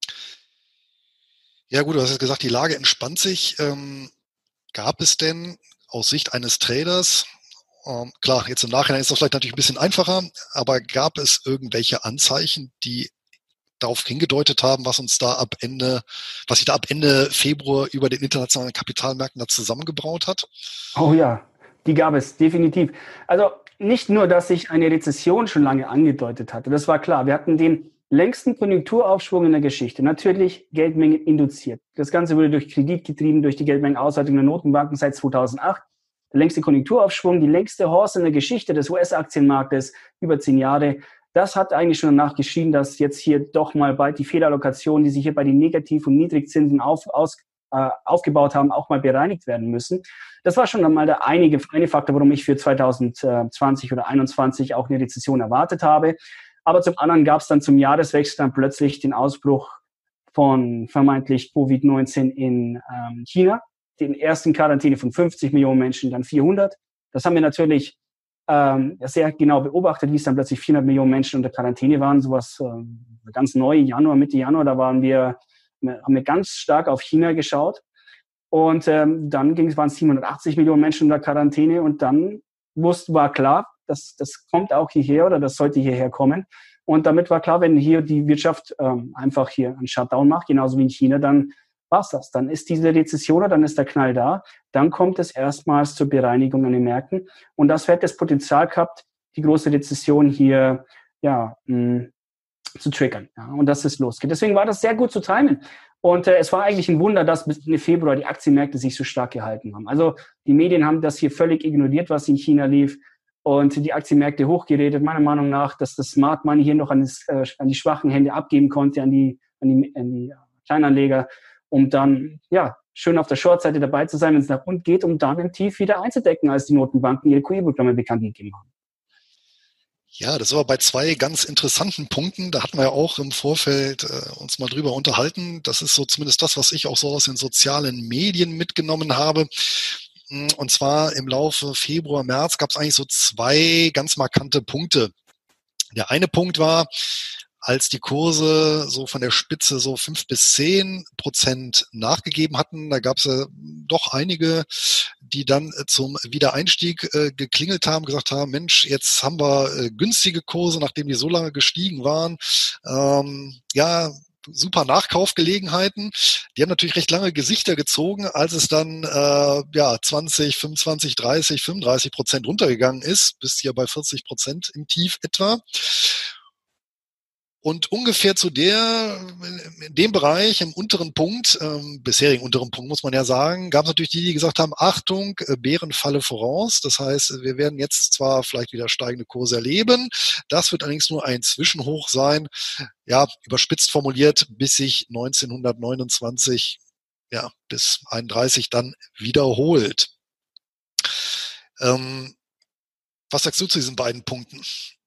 Ja gut, du hast jetzt gesagt, die Lage entspannt sich. Gab es denn aus Sicht eines Traders, klar, jetzt im Nachhinein ist das vielleicht natürlich ein bisschen einfacher, aber gab es irgendwelche Anzeichen, die darauf hingedeutet haben, was sich da ab Ende Februar über den internationalen Kapitalmärkten da zusammengebraut hat? Oh ja, die gab es definitiv. Also nicht nur, dass sich eine Rezession schon lange angedeutet hatte, das war klar. Wir hatten den längsten Konjunkturaufschwung in der Geschichte. Natürlich Geldmenge induziert. Das Ganze wurde durch Kredit getrieben, durch die Geldmengenausweitung der Notenbanken seit 2008. Der längste Konjunkturaufschwung, die längste Horse in der Geschichte des US-Aktienmarktes, über 10 Jahre. Das hat eigentlich schon danach geschehen, dass jetzt hier doch mal bald die Fehlallokationen, die sich hier bei den Negativ- und Niedrigzinsen aufgebaut haben, auch mal bereinigt werden müssen. Das war schon einmal der eine Faktor, warum ich für 2020 oder 2021 auch eine Rezession erwartet habe. Aber zum anderen gab es dann zum Jahreswechsel dann plötzlich den Ausbruch von vermeintlich Covid-19 in China, den ersten Quarantäne von 50 Millionen Menschen, dann 400. Das haben wir natürlich sehr genau beobachtet, wie es dann plötzlich 400 Millionen Menschen unter Quarantäne waren. Sowas ganz neu, Mitte Januar, da haben wir ganz stark auf China geschaut. Und dann waren es 780 Millionen Menschen unter Quarantäne und dann war klar, das kommt auch hierher oder das sollte hierher kommen. Und damit war klar, wenn hier die Wirtschaft einfach hier einen Shutdown macht, genauso wie in China, dann war's das. Dann ist diese Rezession oder dann ist der Knall da. Dann kommt es erstmals zur Bereinigung an den Märkten. Und das hat das Potenzial gehabt, die große Rezession hier zu triggern. Ja, und dass es losgeht. Deswegen war das sehr gut zu timen. Und es war eigentlich ein Wunder, dass bis Ende Februar die Aktienmärkte sich so stark gehalten haben. Also die Medien haben das hier völlig ignoriert, was in China lief. Und die Aktienmärkte hochgeredet, meiner Meinung nach, dass das Smart Money hier noch an die schwachen Hände abgeben konnte, an die Kleinanleger, um dann schön auf der Short-Seite dabei zu sein, wenn es nach unten geht, um dann im Tief wieder einzudecken, als die Notenbanken ihre QE-Programme bekannt gegeben haben. Ja, das war bei zwei ganz interessanten Punkten. Da hatten wir ja auch im Vorfeld uns mal drüber unterhalten. Das ist so zumindest das, was ich auch so aus den sozialen Medien mitgenommen habe. Und zwar im Laufe Februar, März gab es eigentlich so zwei ganz markante Punkte. Der eine Punkt war, als die Kurse so von der Spitze so 5-10% nachgegeben hatten, da gab es ja doch einige, die dann zum Wiedereinstieg geklingelt haben, gesagt haben, Mensch, jetzt haben wir günstige Kurse, nachdem die so lange gestiegen waren. Ja, super Nachkaufgelegenheiten. Die haben natürlich recht lange Gesichter gezogen, als es dann 20, 25, 30, 35% runtergegangen ist, bis hier bei 40% im Tief etwa. Und ungefähr in dem Bereich, im unteren Punkt, bisherigen unteren Punkt muss man ja sagen, gab es natürlich die gesagt haben, Achtung, Bärenfalle voraus. Das heißt, wir werden jetzt zwar vielleicht wieder steigende Kurse erleben, das wird allerdings nur ein Zwischenhoch sein, ja, überspitzt formuliert, bis sich 1929 bis 31 dann wiederholt. Was sagst du zu diesen beiden Punkten?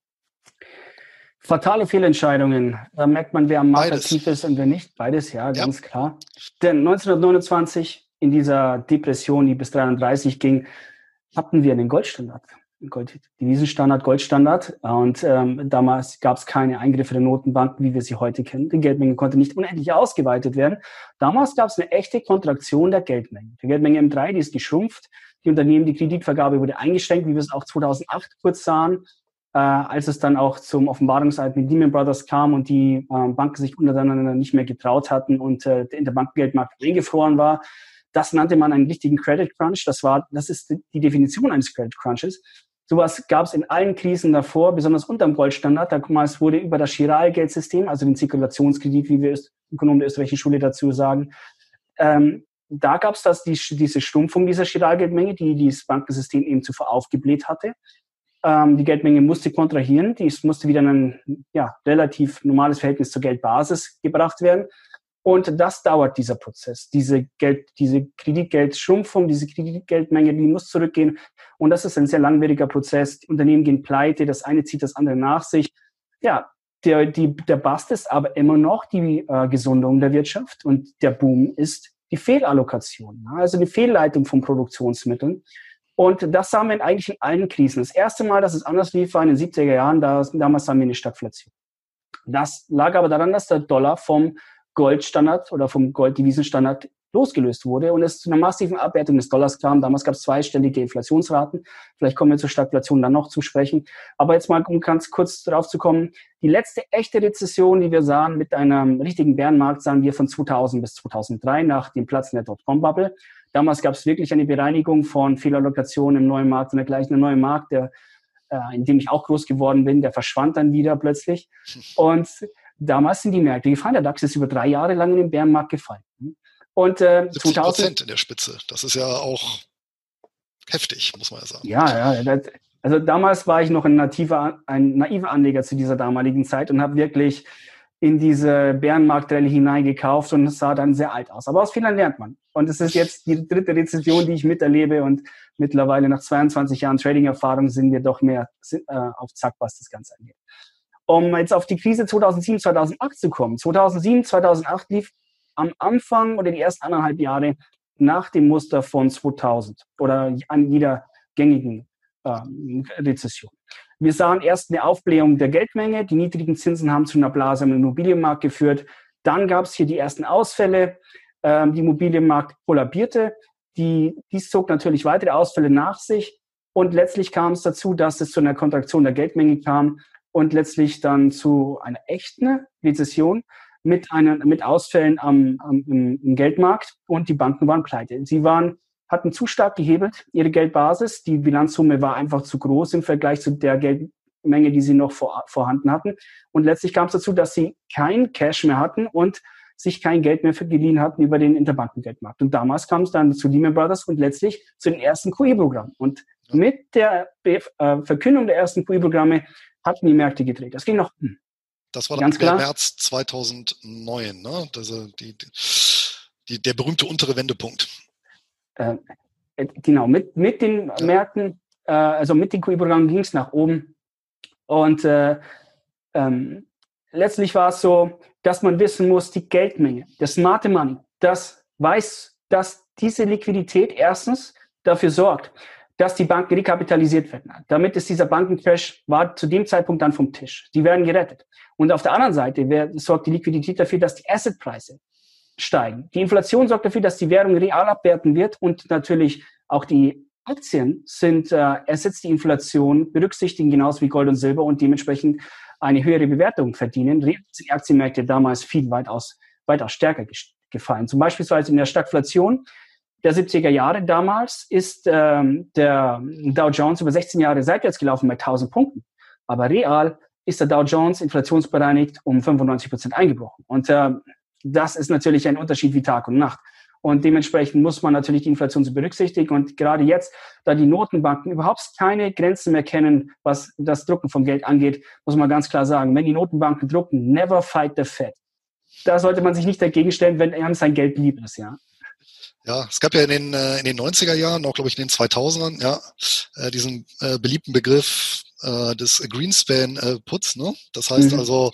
Fatale Fehlentscheidungen. Da merkt man, wer am Markt aktiv ist und wer nicht. Beides, ja, ganz klar. Denn 1929, in dieser Depression, die bis 33 ging, hatten wir einen Goldstandard. Devisenstandard, Goldstandard. Und damals gab es keine Eingriffe der Notenbanken, wie wir sie heute kennen. Die Geldmenge konnte nicht unendlich ausgeweitet werden. Damals gab es eine echte Kontraktion der Geldmenge. Die Geldmenge M3, die ist geschrumpft. Die Unternehmen, die Kreditvergabe wurde eingeschränkt, wie wir es auch 2008 kurz sahen. Als es dann auch zum Offenbarungseid mit Lehman Brothers kam und die Banken sich untereinander nicht mehr getraut hatten und der Interbankengeldmarkt eingefroren war. Das nannte man einen richtigen Credit Crunch. Das ist die Definition eines Credit Crunches. Sowas gab es in allen Krisen davor, besonders unter dem Goldstandard. Damals wurde über das Chiralgeldsystem, also den Zirkulationskredit, wie wir Ökonomen der österreichischen Schule dazu sagen, da gab es diese Schrumpfung dieser Chiralgeldmenge, die das Bankensystem eben zuvor aufgebläht hatte. Die Geldmenge musste kontrahieren, musste wieder in ein relativ normales Verhältnis zur Geldbasis gebracht werden. Und das dauert, dieser Prozess. Diese Kreditgeldschrumpfung, diese Kreditgeldmenge, die muss zurückgehen. Und das ist ein sehr langwieriger Prozess. Die Unternehmen gehen pleite, das eine zieht das andere nach sich. Ja, der Bust ist aber immer noch die Gesundung der Wirtschaft und der Boom ist die Fehlallokation, also die Fehlleitung von Produktionsmitteln. Und das sahen wir eigentlich in allen Krisen. Das erste Mal, dass es anders lief, war in den 70er Jahren. Damals sahen wir eine Stagflation. Das lag aber daran, dass der Dollar vom Goldstandard oder vom Golddevisenstandard losgelöst wurde und es zu einer massiven Abwertung des Dollars kam. Damals gab es zweistellige Inflationsraten. Vielleicht kommen wir zur Stagflation dann noch zu sprechen. Aber jetzt mal, um ganz kurz darauf zu kommen, die letzte echte Rezession, die wir sahen mit einem richtigen Bärenmarkt, sahen wir von 2000 bis 2003 nach dem Platzen der Dotcom-Bubble. Damals gab es wirklich eine Bereinigung von Fehlallokationen im neuen Markt und dergleichen. Der neue Markt, in dem ich auch groß geworden bin, der verschwand dann wieder plötzlich. Und damals sind die Märkte gefallen. Der DAX ist über 3 Jahre lang in den Bärenmarkt gefallen. Und 70% in der Spitze. Das ist ja auch heftig, muss man ja sagen. Ja. Also damals war ich noch ein naiver Anleger zu dieser damaligen Zeit und habe wirklich in diese Bärenmarktrallye hineingekauft und es sah dann sehr alt aus. Aber aus Fehlern lernt man. Und es ist jetzt die 3. Rezession, die ich miterlebe und mittlerweile nach 22 Jahren Trading-Erfahrung sind wir doch mehr auf Zack, was das Ganze angeht. Um jetzt auf die Krise 2007, 2008 zu kommen. 2007, 2008 lief am Anfang oder die ersten 1,5 Jahre nach dem Muster von 2000 oder an jeder gängigen Rezession. Wir sahen erst eine Aufblähung der Geldmenge. Die niedrigen Zinsen haben zu einer Blase im Immobilienmarkt geführt. Dann gab es hier die ersten Ausfälle. Der Immobilienmarkt kollabierte. Dies zog natürlich weitere Ausfälle nach sich. Und letztlich kam es dazu, dass es zu einer Kontraktion der Geldmenge kam und letztlich dann zu einer echten Rezession mit Ausfällen im Geldmarkt. Und die Banken waren pleite. Sie hatten zu stark gehebelt, ihre Geldbasis. Die Bilanzsumme war einfach zu groß im Vergleich zu der Geldmenge, die sie noch vorhanden hatten. Und letztlich kam es dazu, dass sie kein Cash mehr hatten und sich kein Geld mehr geliehen hatten über den Interbankengeldmarkt. Und damals kam es dann zu Lehman Brothers und letztlich zu den ersten QE-Programmen. Und mit der Verkündung der ersten QE-Programme hatten die Märkte gedreht. Das ging noch. Das war dann im März 2009, ne? Also der berühmte untere Wendepunkt. Genau, mit den Märkten, also mit den QE-Programmen ging es nach oben. Und letztlich war es so, dass man wissen muss, die Geldmenge, das smarte Money, das weiß, dass diese Liquidität erstens dafür sorgt, dass die Banken rekapitalisiert werden. Damit ist dieser Bankencrash, war zu dem Zeitpunkt dann vom Tisch. Die werden gerettet. Und auf der anderen Seite sorgt die Liquidität dafür, dass die Assetpreise steigen. Die Inflation sorgt dafür, dass die Währung real abwerten wird und natürlich auch die Aktien sind ersetzt die Inflation, berücksichtigen genauso wie Gold und Silber und dementsprechend eine höhere Bewertung verdienen. Die Aktienmärkte damals viel weitaus stärker gefallen. Zum Beispiel in der Stagflation der 70er Jahre damals ist der Dow Jones über 16 Jahre seitwärts gelaufen bei 1000 Punkten. Aber real ist der Dow Jones inflationsbereinigt um 95% eingebrochen. Und das ist natürlich ein Unterschied wie Tag und Nacht. Und dementsprechend muss man natürlich die Inflation so berücksichtigen. Und gerade jetzt, da die Notenbanken überhaupt keine Grenzen mehr kennen, was das Drucken von Geld angeht, muss man ganz klar sagen, wenn die Notenbanken drucken, never fight the Fed. Da sollte man sich nicht dagegen stellen, wenn einem sein Geld lieb ist, ja. Ja, es gab ja in den 90er Jahren, auch glaube ich in den 2000ern, ja, diesen beliebten Begriff des Greenspan-Puts, ne? Das heißt also,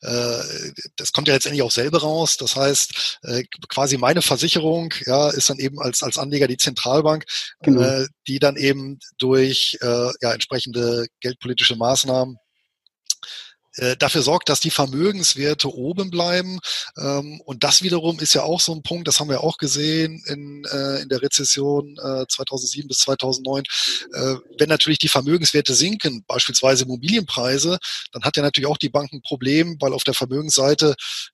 das kommt ja letztendlich auch selber raus. Das heißt, quasi meine Versicherung, ja, ist dann eben als Anleger die Zentralbank, genau, die dann eben durch entsprechende geldpolitische Maßnahmen dafür sorgt, dass die Vermögenswerte oben bleiben. Und das wiederum ist ja auch so ein Punkt, das haben wir auch gesehen in der Rezession 2007 bis 2009. Wenn natürlich die Vermögenswerte sinken, beispielsweise Immobilienpreise, dann hat ja natürlich auch die Bank ein Problem, weil auf der Vermögensseite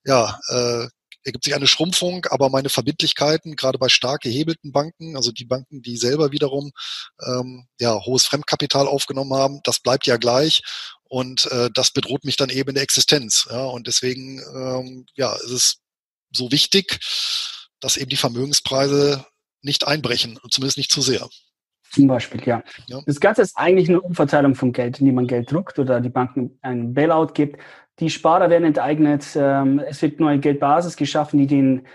ergibt sich eine Schrumpfung, aber meine Verbindlichkeiten, gerade bei stark gehebelten Banken, also die Banken, die selber wiederum hohes Fremdkapital aufgenommen haben, das bleibt ja gleich. Und das bedroht mich dann eben in der Existenz. Ja, und deswegen ist es so wichtig, dass eben die Vermögenspreise nicht einbrechen, zumindest nicht zu sehr. Zum Beispiel, ja. Das Ganze ist eigentlich eine Umverteilung von Geld, indem man Geld druckt oder die Banken einen Bailout gibt. Die Sparer werden enteignet. Es wird neue Geldbasis geschaffen, die den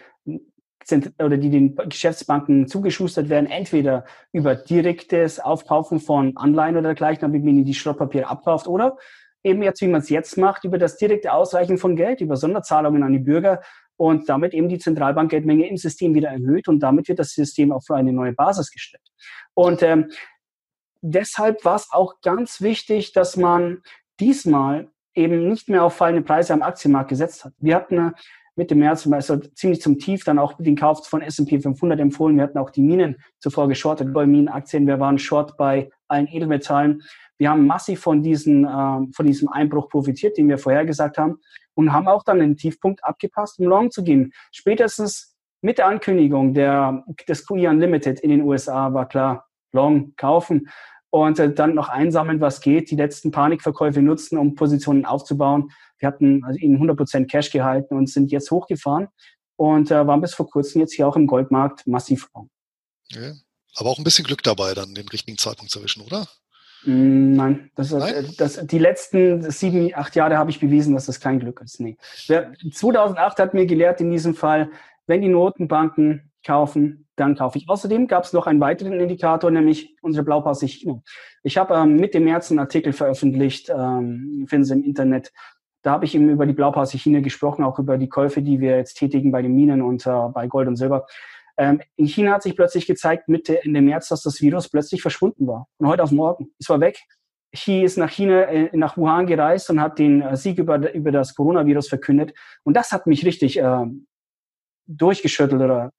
Geschäftsbanken zugeschustert werden, entweder über direktes Aufkaufen von Anleihen oder dergleichen, damit man die Schrottpapiere abkauft, oder eben jetzt, wie man es jetzt macht, über das direkte Ausreichen von Geld, über Sonderzahlungen an die Bürger und damit eben die Zentralbankgeldmenge im System wieder erhöht und damit wird das System auf eine neue Basis gestellt. Und deshalb war es auch ganz wichtig, dass man diesmal eben nicht mehr auf fallende Preise am Aktienmarkt gesetzt hat. Wir hatten Mitte März ziemlich zum Tief dann auch den Kauf von S&P 500 empfohlen. Wir hatten auch die Minen zuvor geschortet, Goldminenaktien. Wir waren short bei allen Edelmetallen. Wir haben massiv von diesem Einbruch profitiert, den wir vorhergesagt haben und haben auch dann den Tiefpunkt abgepasst, um long zu gehen. Spätestens mit der Ankündigung des QE Unlimited in den USA war klar, long kaufen und dann noch einsammeln, was geht, die letzten Panikverkäufe nutzen, um Positionen aufzubauen. Wir hatten ihnen 100% Cash gehalten und sind jetzt hochgefahren und waren bis vor kurzem jetzt hier auch im Goldmarkt massiv long. Ja, aber auch ein bisschen Glück dabei, dann den richtigen Zeitpunkt zu erwischen, oder? Nein, die letzten 7, 8 Jahre habe ich bewiesen, dass das kein Glück ist. Nee. 2008 hat mir gelehrt in diesem Fall, wenn die Notenbanken kaufen, dann kaufe ich. Außerdem gab es noch einen weiteren Indikator, nämlich unsere Blaupause China. Ich habe Mitte März einen Artikel veröffentlicht, finden Sie im Internet. Da habe ich eben über die Blaupause China gesprochen, auch über die Käufe, die wir jetzt tätigen bei den Minen und bei Gold und Silber. In China hat sich plötzlich gezeigt, Ende März, dass das Virus plötzlich verschwunden war. Von heute auf morgen. Es war weg. Xi ist nach Wuhan gereist und hat den Sieg über das Coronavirus verkündet. Und das hat mich richtig durchgeschüttelt oder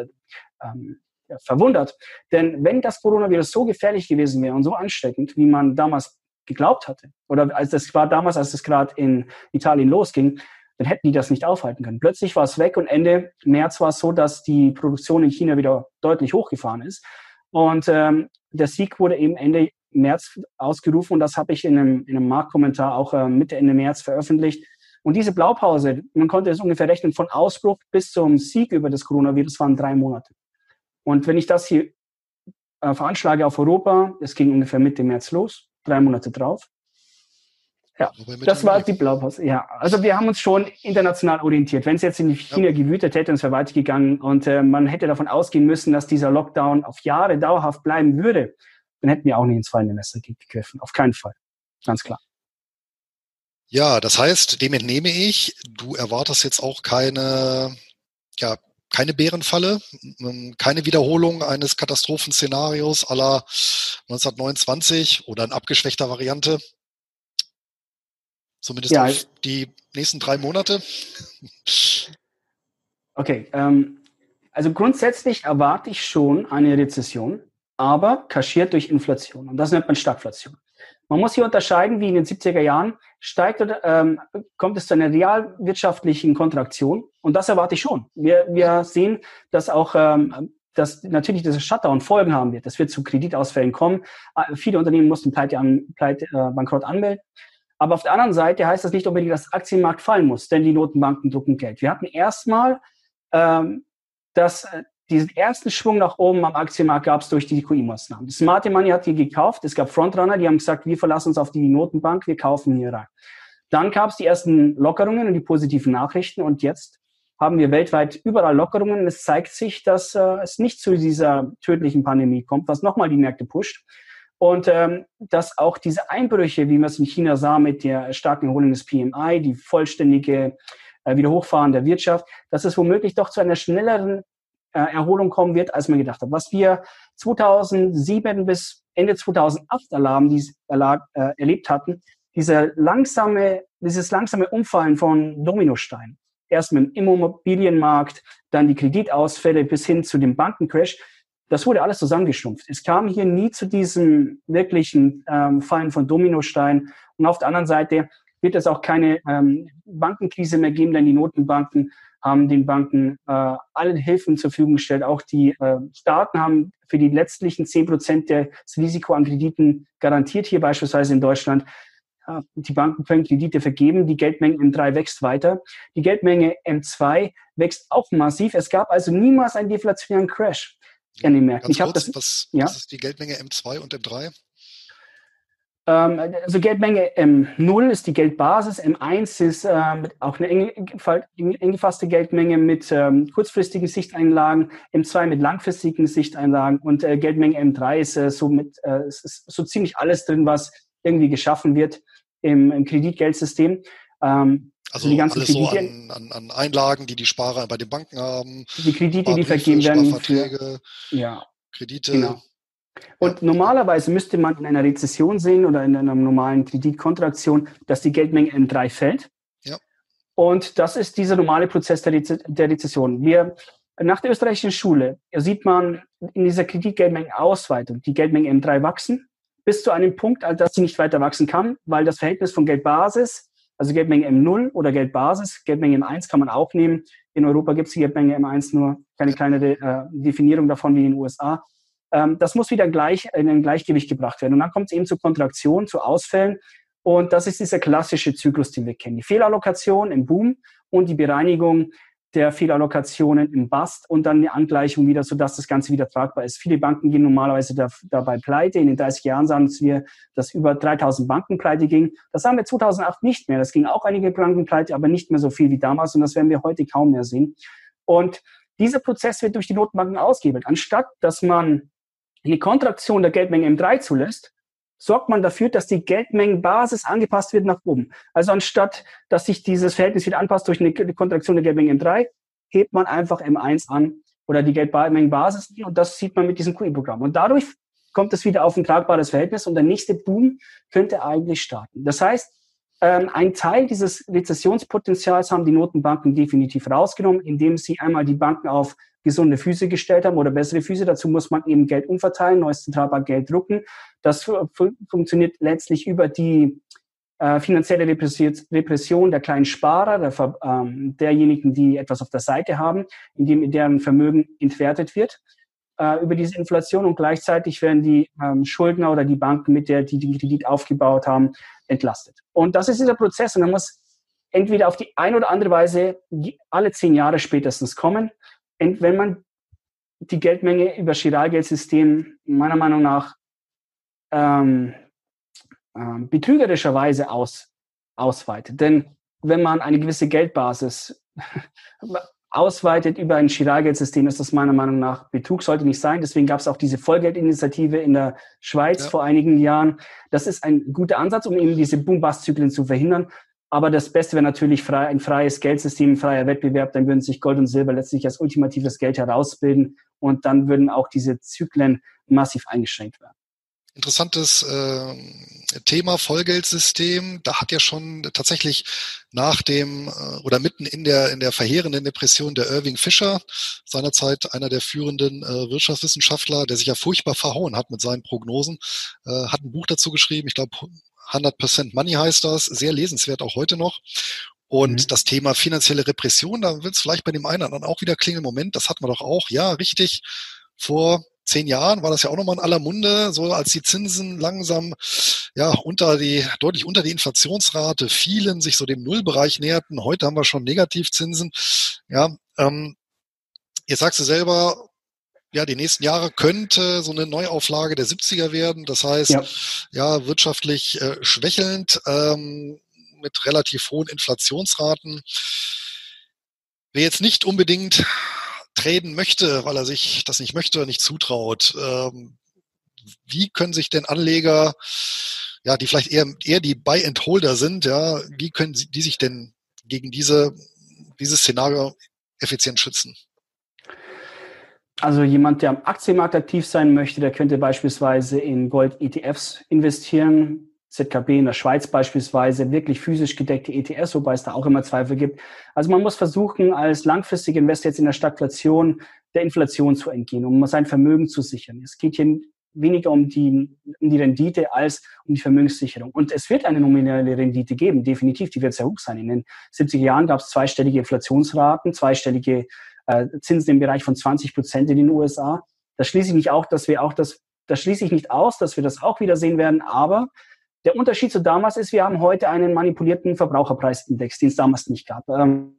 verwundert. Denn wenn das Coronavirus so gefährlich gewesen wäre und so ansteckend, wie man damals geglaubt hatte, oder als es gerade in Italien losging, dann hätten die das nicht aufhalten können. Plötzlich war es weg und Ende März war es so, dass die Produktion in China wieder deutlich hochgefahren ist. Und der Sieg wurde eben Ende März ausgerufen und das habe ich in einem Marktkommentar auch Ende März veröffentlicht. Und diese Blaupause, man konnte es ungefähr rechnen, von Ausbruch bis zum Sieg über das Coronavirus waren 3 Monate. Und wenn ich das hier veranschlage auf Europa, es ging ungefähr Mitte März los, 3 Monate drauf. Ja, das war die Blaupause. Ja, also wir haben uns schon international orientiert. Wenn es jetzt in China gewütet hätte, es wäre weitergegangen und man hätte davon ausgehen müssen, dass dieser Lockdown auf Jahre dauerhaft bleiben würde, dann hätten wir auch nicht ins fallende Messer gegriffen. Auf keinen Fall. Ganz klar. Ja, das heißt, dem entnehme ich, du erwartest jetzt auch keine Bärenfalle, keine Wiederholung eines Katastrophenszenarios à la 1929 oder in abgeschwächter Variante, zumindest Ja, auf die nächsten 3 Monate. okay. Also grundsätzlich erwarte ich schon eine Rezession, aber kaschiert durch Inflation. Und das nennt man Stagflation. Man muss hier unterscheiden, wie in den 70er Jahren kommt es zu einer realwirtschaftlichen Kontraktion. Und das erwarte ich schon. Wir sehen, dass auch dass natürlich dieser Shutdown Folgen haben wird. Es wird zu Kreditausfällen kommen. Viele Unternehmen mussten Bankrott anmelden. Aber auf der anderen Seite heißt das nicht unbedingt, dass der Aktienmarkt fallen muss, denn die Notenbanken drucken Geld. Wir hatten erstmal diesen ersten Schwung nach oben am Aktienmarkt gab es durch die QE-Maßnahmen. Smart Money hat die gekauft. Es gab Frontrunner, die haben gesagt, wir verlassen uns auf die Notenbank, wir kaufen hier rein. Dann gab es die ersten Lockerungen und die positiven Nachrichten. Und jetzt haben wir weltweit überall Lockerungen. Und es zeigt sich, dass es nicht zu dieser tödlichen Pandemie kommt, was nochmal die Märkte pusht. Und dass auch diese Einbrüche, wie man es in China sah mit der starken Erholung des PMI, die vollständige Wiederhochfahren der Wirtschaft, dass es womöglich doch zu einer schnelleren Erholung kommen wird, als man gedacht hat. Was wir 2007 bis Ende 2008 erlebt hatten, dieses langsame Umfallen von Dominosteinen. Erst mit dem Immobilienmarkt, dann die Kreditausfälle bis hin zu dem Bankencrash. Das wurde alles zusammengeschrumpft. Es kam hier nie zu diesem wirklichen Fallen von Dominosteinen. Und auf der anderen Seite wird es auch keine Bankenkrise mehr geben, denn die Notenbanken haben den Banken alle Hilfen zur Verfügung gestellt. Auch die Staaten haben für die letztlichen 10% des Risiko an Krediten garantiert, hier beispielsweise in Deutschland. Die Banken können Kredite vergeben, die Geldmenge M3 wächst weiter. Die Geldmenge M2 wächst auch massiv. Es gab also niemals einen deflationären Crash an den Märkten. Was ist die Geldmenge M2 und M3? Also Geldmenge M0 ist die Geldbasis, M1 ist auch eine eng gefasste Geldmenge mit kurzfristigen Sichteinlagen, M2 mit langfristigen Sichteinlagen und Geldmenge M3 ist ist so ziemlich alles drin, was irgendwie geschaffen wird im Kreditgeldsystem. Also die ganzen alles Kredite, so an Einlagen, die Sparer bei den Banken haben. Die Kredite, die vergeben werden für Kredite. Genau. Und normalerweise müsste man in einer Rezession sehen oder in einer normalen Kreditkontraktion, dass die Geldmenge M3 fällt. Ja. Und das ist dieser normale Prozess der Rezession. Nach der österreichischen Schule sieht man in dieser Kreditgeldmengenausweitung die Geldmenge M3 wachsen bis zu einem Punkt, dass sie nicht weiter wachsen kann, weil das Verhältnis von Geldbasis, also Geldmenge M0 oder Geldbasis, Geldmenge M1 kann man auch nehmen. In Europa gibt es die Geldmenge M1 nur keine kleinere Definierung davon wie in den USA. Das muss wieder in ein Gleichgewicht gebracht werden. Und dann kommt es eben zu Kontraktion, zu Ausfällen. Und das ist dieser klassische Zyklus, den wir kennen. Die Fehlallokation im Boom und die Bereinigung der Fehlallokationen im Bust und dann die Angleichung wieder, sodass das Ganze wieder tragbar ist. Viele Banken gehen normalerweise dabei pleite. In den 30 Jahren sahen wir, dass über 3000 Banken pleite gingen. Das sahen wir 2008 nicht mehr. Das ging auch einige Banken pleite, aber nicht mehr so viel wie damals. Und das werden wir heute kaum mehr sehen. Und dieser Prozess wird durch die Notenbanken ausgehebelt. Anstatt, dass man eine Kontraktion der Geldmenge M3 zulässt, sorgt man dafür, dass die Geldmengenbasis angepasst wird nach oben. Also anstatt, dass sich dieses Verhältnis wieder anpasst durch eine Kontraktion der Geldmenge M3, hebt man einfach M1 an oder die Geldmengenbasis. Und das sieht man mit diesem QE-Programm. Und dadurch kommt es wieder auf ein tragbares Verhältnis und der nächste Boom könnte eigentlich starten. Das heißt, ein Teil dieses Rezessionspotenzials haben die Notenbanken definitiv rausgenommen, indem sie einmal die Banken auf gesunde Füße gestellt haben oder bessere Füße. Dazu muss man eben Geld umverteilen, neues Zentralbankgeld drucken. Das funktioniert letztlich über die finanzielle Repression der kleinen Sparer, derjenigen, die etwas auf der Seite haben, indem deren Vermögen entwertet wird über diese Inflation und gleichzeitig werden die Schuldner oder die Banken, mit der die den Kredit aufgebaut haben, entlastet. Und das ist dieser Prozess und er muss entweder auf die eine oder andere Weise alle 10 Jahre spätestens kommen. Und wenn man die Geldmenge über Chiralgeldsystem meiner Meinung nach betrügerischerweise ausweitet. Denn wenn man eine gewisse Geldbasis ausweitet über ein Chiralgeldsystem, ist das meiner Meinung nach Betrug, sollte nicht sein. Deswegen gab es auch diese Vollgeldinitiative in der Schweiz vor einigen Jahren. Das ist ein guter Ansatz, um eben diese Boom-Bust-Zyklen zu verhindern. Aber das Beste wäre natürlich ein freies Geldsystem, ein freier Wettbewerb. Dann würden sich Gold und Silber letztlich als ultimatives Geld herausbilden und dann würden auch diese Zyklen massiv eingeschränkt werden. Interessantes Thema, Vollgeldsystem. Da hat ja schon tatsächlich nach dem oder mitten in der verheerenden Depression der Irving Fisher, seinerzeit einer der führenden Wirtschaftswissenschaftler, der sich ja furchtbar verhauen hat mit seinen Prognosen, hat ein Buch dazu geschrieben. Ich glaube, 100% Money heißt das. Sehr lesenswert auch heute noch. Und das Thema finanzielle Repression, da wird es vielleicht bei dem einen oder anderen auch wieder klingeln. Moment, das hatten wir doch auch. Ja, richtig. Vor 10 Jahren war das ja auch nochmal in aller Munde, so als die Zinsen langsam deutlich unter die Inflationsrate fielen, sich so dem Nullbereich näherten. Heute haben wir schon Negativzinsen. Ja, jetzt sagst du selber, ja, die nächsten Jahre könnte so eine Neuauflage der 70er werden. Das heißt, ja wirtschaftlich schwächelnd, mit relativ hohen Inflationsraten. Wer jetzt nicht unbedingt traden möchte, weil er sich das nicht möchte, nicht zutraut. Wie können sich denn Anleger, ja, die vielleicht eher die Buy-and-Holder sind, ja, wie können die sich denn gegen dieses Szenario effizient schützen? Also jemand, der am Aktienmarkt aktiv sein möchte, der könnte beispielsweise in Gold-ETFs investieren. ZKB in der Schweiz beispielsweise, wirklich physisch gedeckte ETFs, wobei es da auch immer Zweifel gibt. Also man muss versuchen, als langfristiger Investor jetzt in der Stagflation der Inflation zu entgehen, um sein Vermögen zu sichern. Es geht hier weniger um die Rendite als um die Vermögenssicherung. Und es wird eine nominelle Rendite geben, definitiv, die wird sehr hoch sein. In den 70er Jahren gab es zweistellige Inflationsraten, zweistellige Zinsen im Bereich von 20% in den USA. Das schließe ich nicht aus, dass wir das auch wieder sehen werden, aber der Unterschied zu damals ist, wir haben heute einen manipulierten Verbraucherpreisindex, den es damals nicht gab. Wenn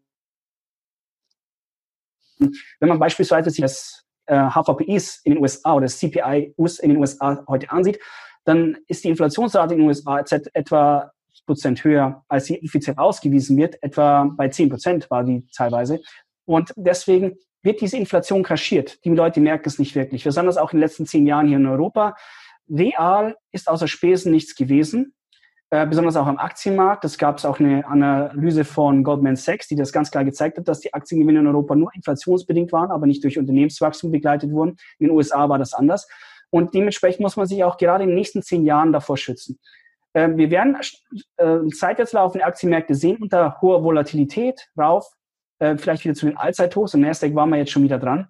man beispielsweise sich das HVPIs in den USA oder das CPI-US in den USA heute ansieht, dann ist die Inflationsrate in den USA etwa Prozent höher, als sie offiziell ausgewiesen wird. Etwa bei 10% war die teilweise. Und deswegen wird diese Inflation kaschiert. Die Leute merken es nicht wirklich. Wir sahen das auch in den letzten 10 Jahren hier in Europa. Real ist außer Spesen nichts gewesen, besonders auch am Aktienmarkt. Es gab auch eine Analyse von Goldman Sachs, die das ganz klar gezeigt hat, dass die Aktiengewinne in Europa nur inflationsbedingt waren, aber nicht durch Unternehmenswachstum begleitet wurden. In den USA war das anders. Und dementsprechend muss man sich auch gerade in den nächsten 10 Jahren davor schützen. Wir werden seitwärts laufende Aktienmärkte sehen unter hoher Volatilität rauf, vielleicht wieder zu den Allzeithochs. Im Nasdaq waren wir jetzt schon wieder dran.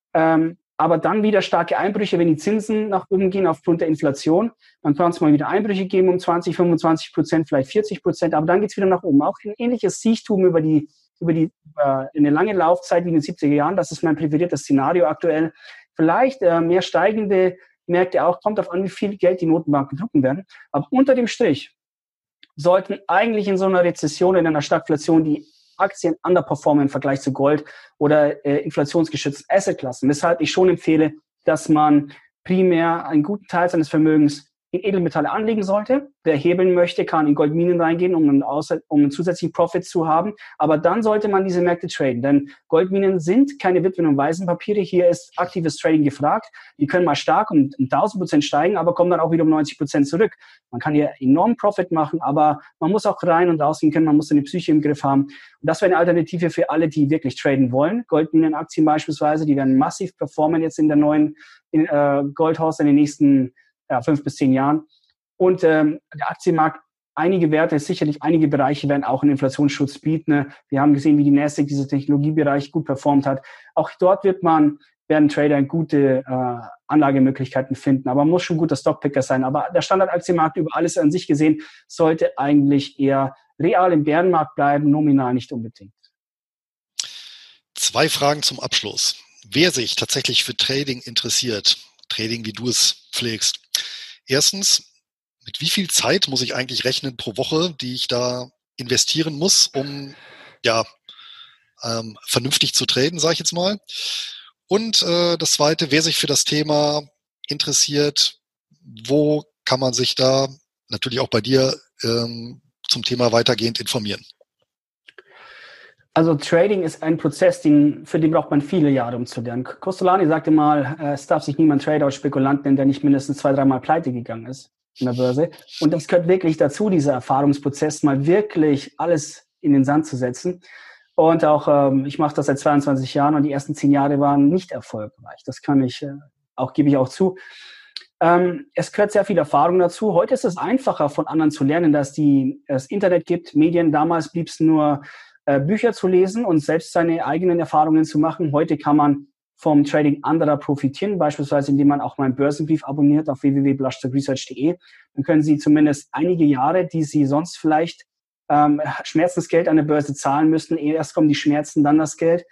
Aber dann wieder starke Einbrüche, wenn die Zinsen nach oben gehen aufgrund der Inflation. Dann kann es mal wieder Einbrüche geben um 20, 25%, vielleicht 40%, aber dann geht es wieder nach oben. Auch ein ähnliches Siechtum über eine lange Laufzeit wie in den 70er Jahren. Das ist mein präferiertes Szenario aktuell. Vielleicht mehr steigende Märkte auch, kommt darauf an, wie viel Geld die Notenbanken drucken werden. Aber unter dem Strich sollten eigentlich in so einer Rezession, in einer Stagflation die Aktien underperformen im Vergleich zu Gold oder inflationsgeschützten Assetklassen. Weshalb ich schon empfehle, dass man primär einen guten Teil seines Vermögens in Edelmetalle anlegen sollte. Wer hebeln möchte, kann in Goldminen reingehen, um einen zusätzlichen Profit zu haben. Aber dann sollte man diese Märkte traden, denn Goldminen sind keine Witwen- und Waisenpapiere. Hier ist aktives Trading gefragt. Die können mal stark um 1000% steigen, aber kommen dann auch wieder um 90% zurück. Man kann hier enormen Profit machen, aber man muss auch rein und rausgehen können. Man muss seine Psyche im Griff haben. Und das wäre eine Alternative für alle, die wirklich traden wollen. Goldminenaktien beispielsweise, die werden massiv performen jetzt in der neuen Goldhaus in den nächsten 5 bis 10 Jahren. Und der Aktienmarkt, einige Werte, sicherlich einige Bereiche werden auch einen Inflationsschutz bieten. Wir haben gesehen, wie die Nasdaq dieser Technologiebereich gut performt hat. Auch dort werden Trader gute Anlagemöglichkeiten finden. Aber man muss schon guter Stockpicker sein. Aber der Standardaktienmarkt über alles an sich gesehen sollte eigentlich eher real im Bärenmarkt bleiben, nominal nicht unbedingt. 2 Fragen zum Abschluss. Wer sich tatsächlich für Trading interessiert, Trading, wie du es pflegst. Erstens, mit wie viel Zeit muss ich eigentlich rechnen pro Woche, die ich da investieren muss, um vernünftig zu traden, sage ich jetzt mal. Und das Zweite, wer sich für das Thema interessiert, wo kann man sich da natürlich auch bei dir zum Thema weitergehend informieren? Also Trading ist ein Prozess, für den braucht man viele Jahre, um zu lernen. Kostolany sagte mal, es darf sich niemand Trader oder Spekulant nennen, der nicht mindestens 2-3 Mal pleite gegangen ist. an der Börse. Und das gehört wirklich dazu, dieser Erfahrungsprozess, mal wirklich alles in den Sand zu setzen. Und auch, ich mache das seit 22 Jahren und die ersten 10 Jahre waren nicht erfolgreich. Das kann ich gebe ich auch zu. Es gehört sehr viel Erfahrung dazu. Heute ist es einfacher, von anderen zu lernen, dass es Internet gibt, Medien. Damals blieb es nur, Bücher zu lesen und selbst seine eigenen Erfahrungen zu machen. Heute kann man vom Trading anderer profitieren, beispielsweise indem man auch meinen Börsenbrief abonniert auf www.blushstockresearch.de. Dann können Sie zumindest einige Jahre, die Sie sonst vielleicht Schmerzensgeld an der Börse zahlen müssten, erst kommen die Schmerzen, dann das Geld,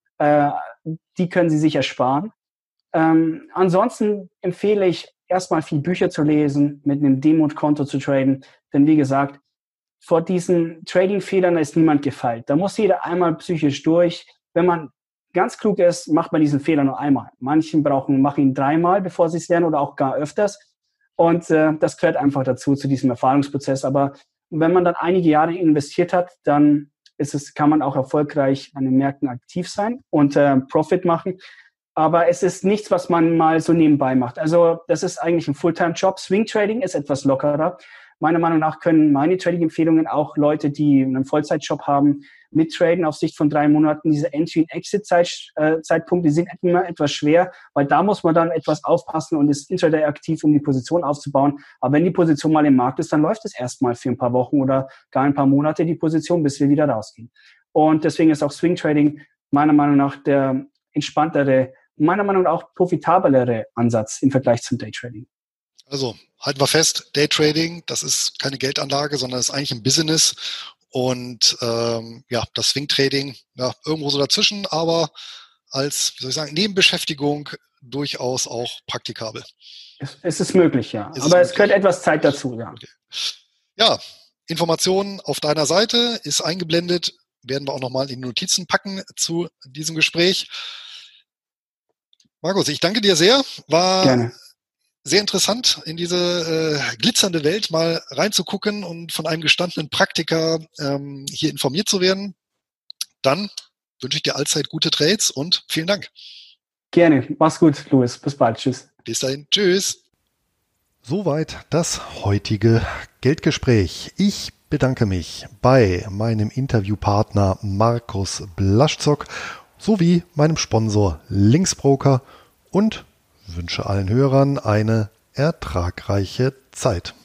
die können Sie sich ersparen. Ansonsten empfehle ich, erstmal viel Bücher zu lesen, mit einem Demut-Konto zu traden, denn wie gesagt, vor diesen Trading-Fehlern ist niemand gefeit. Da muss jeder einmal psychisch durch. Wenn man ganz klug ist, macht man diesen Fehler nur einmal. Manchen machen ihn 3-mal, bevor sie es lernen oder auch gar öfters. Und das gehört einfach dazu, zu diesem Erfahrungsprozess. Aber wenn man dann einige Jahre investiert hat, dann kann man auch erfolgreich an den Märkten aktiv sein und Profit machen. Aber es ist nichts, was man mal so nebenbei macht. Also das ist eigentlich ein Fulltime-Job. Swing Trading ist etwas lockerer. Meiner Meinung nach können meine Trading-Empfehlungen auch Leute, die einen Vollzeitjob haben, mittraden auf Sicht von 3 Monaten. Diese Entry- und Exit-Zeitpunkte sind immer etwas schwer, weil da muss man dann etwas aufpassen und ist Intraday aktiv, um die Position aufzubauen. Aber wenn die Position mal im Markt ist, dann läuft es erstmal für ein paar Wochen oder gar ein paar Monate die Position, bis wir wieder rausgehen. Und deswegen ist auch Swing Trading meiner Meinung nach der entspanntere, meiner Meinung nach auch profitablere Ansatz im Vergleich zum Daytrading. Also halten wir fest, Daytrading, das ist keine Geldanlage, sondern das ist eigentlich ein Business. Und das Swing-Trading, irgendwo so dazwischen, aber als, wie soll ich sagen, Nebenbeschäftigung durchaus auch praktikabel. Es ist möglich, ja. Aber es gehört etwas Zeit dazu, ja. Okay. Ja, Informationen auf deiner Seite ist eingeblendet, werden wir auch nochmal in die Notizen packen zu diesem Gespräch. Markus, ich danke dir sehr. War Gerne. Sehr interessant, in diese glitzernde Welt mal reinzugucken und von einem gestandenen Praktiker hier informiert zu werden. Dann wünsche ich dir allzeit gute Trades und vielen Dank. Gerne. Mach's gut, Louis. Bis bald. Tschüss. Bis dahin. Tschüss. Soweit das heutige Geldgespräch. Ich bedanke mich bei meinem Interviewpartner Markus Blaschzock sowie meinem Sponsor Linksbroker und wünsche allen Hörern eine ertragreiche Zeit.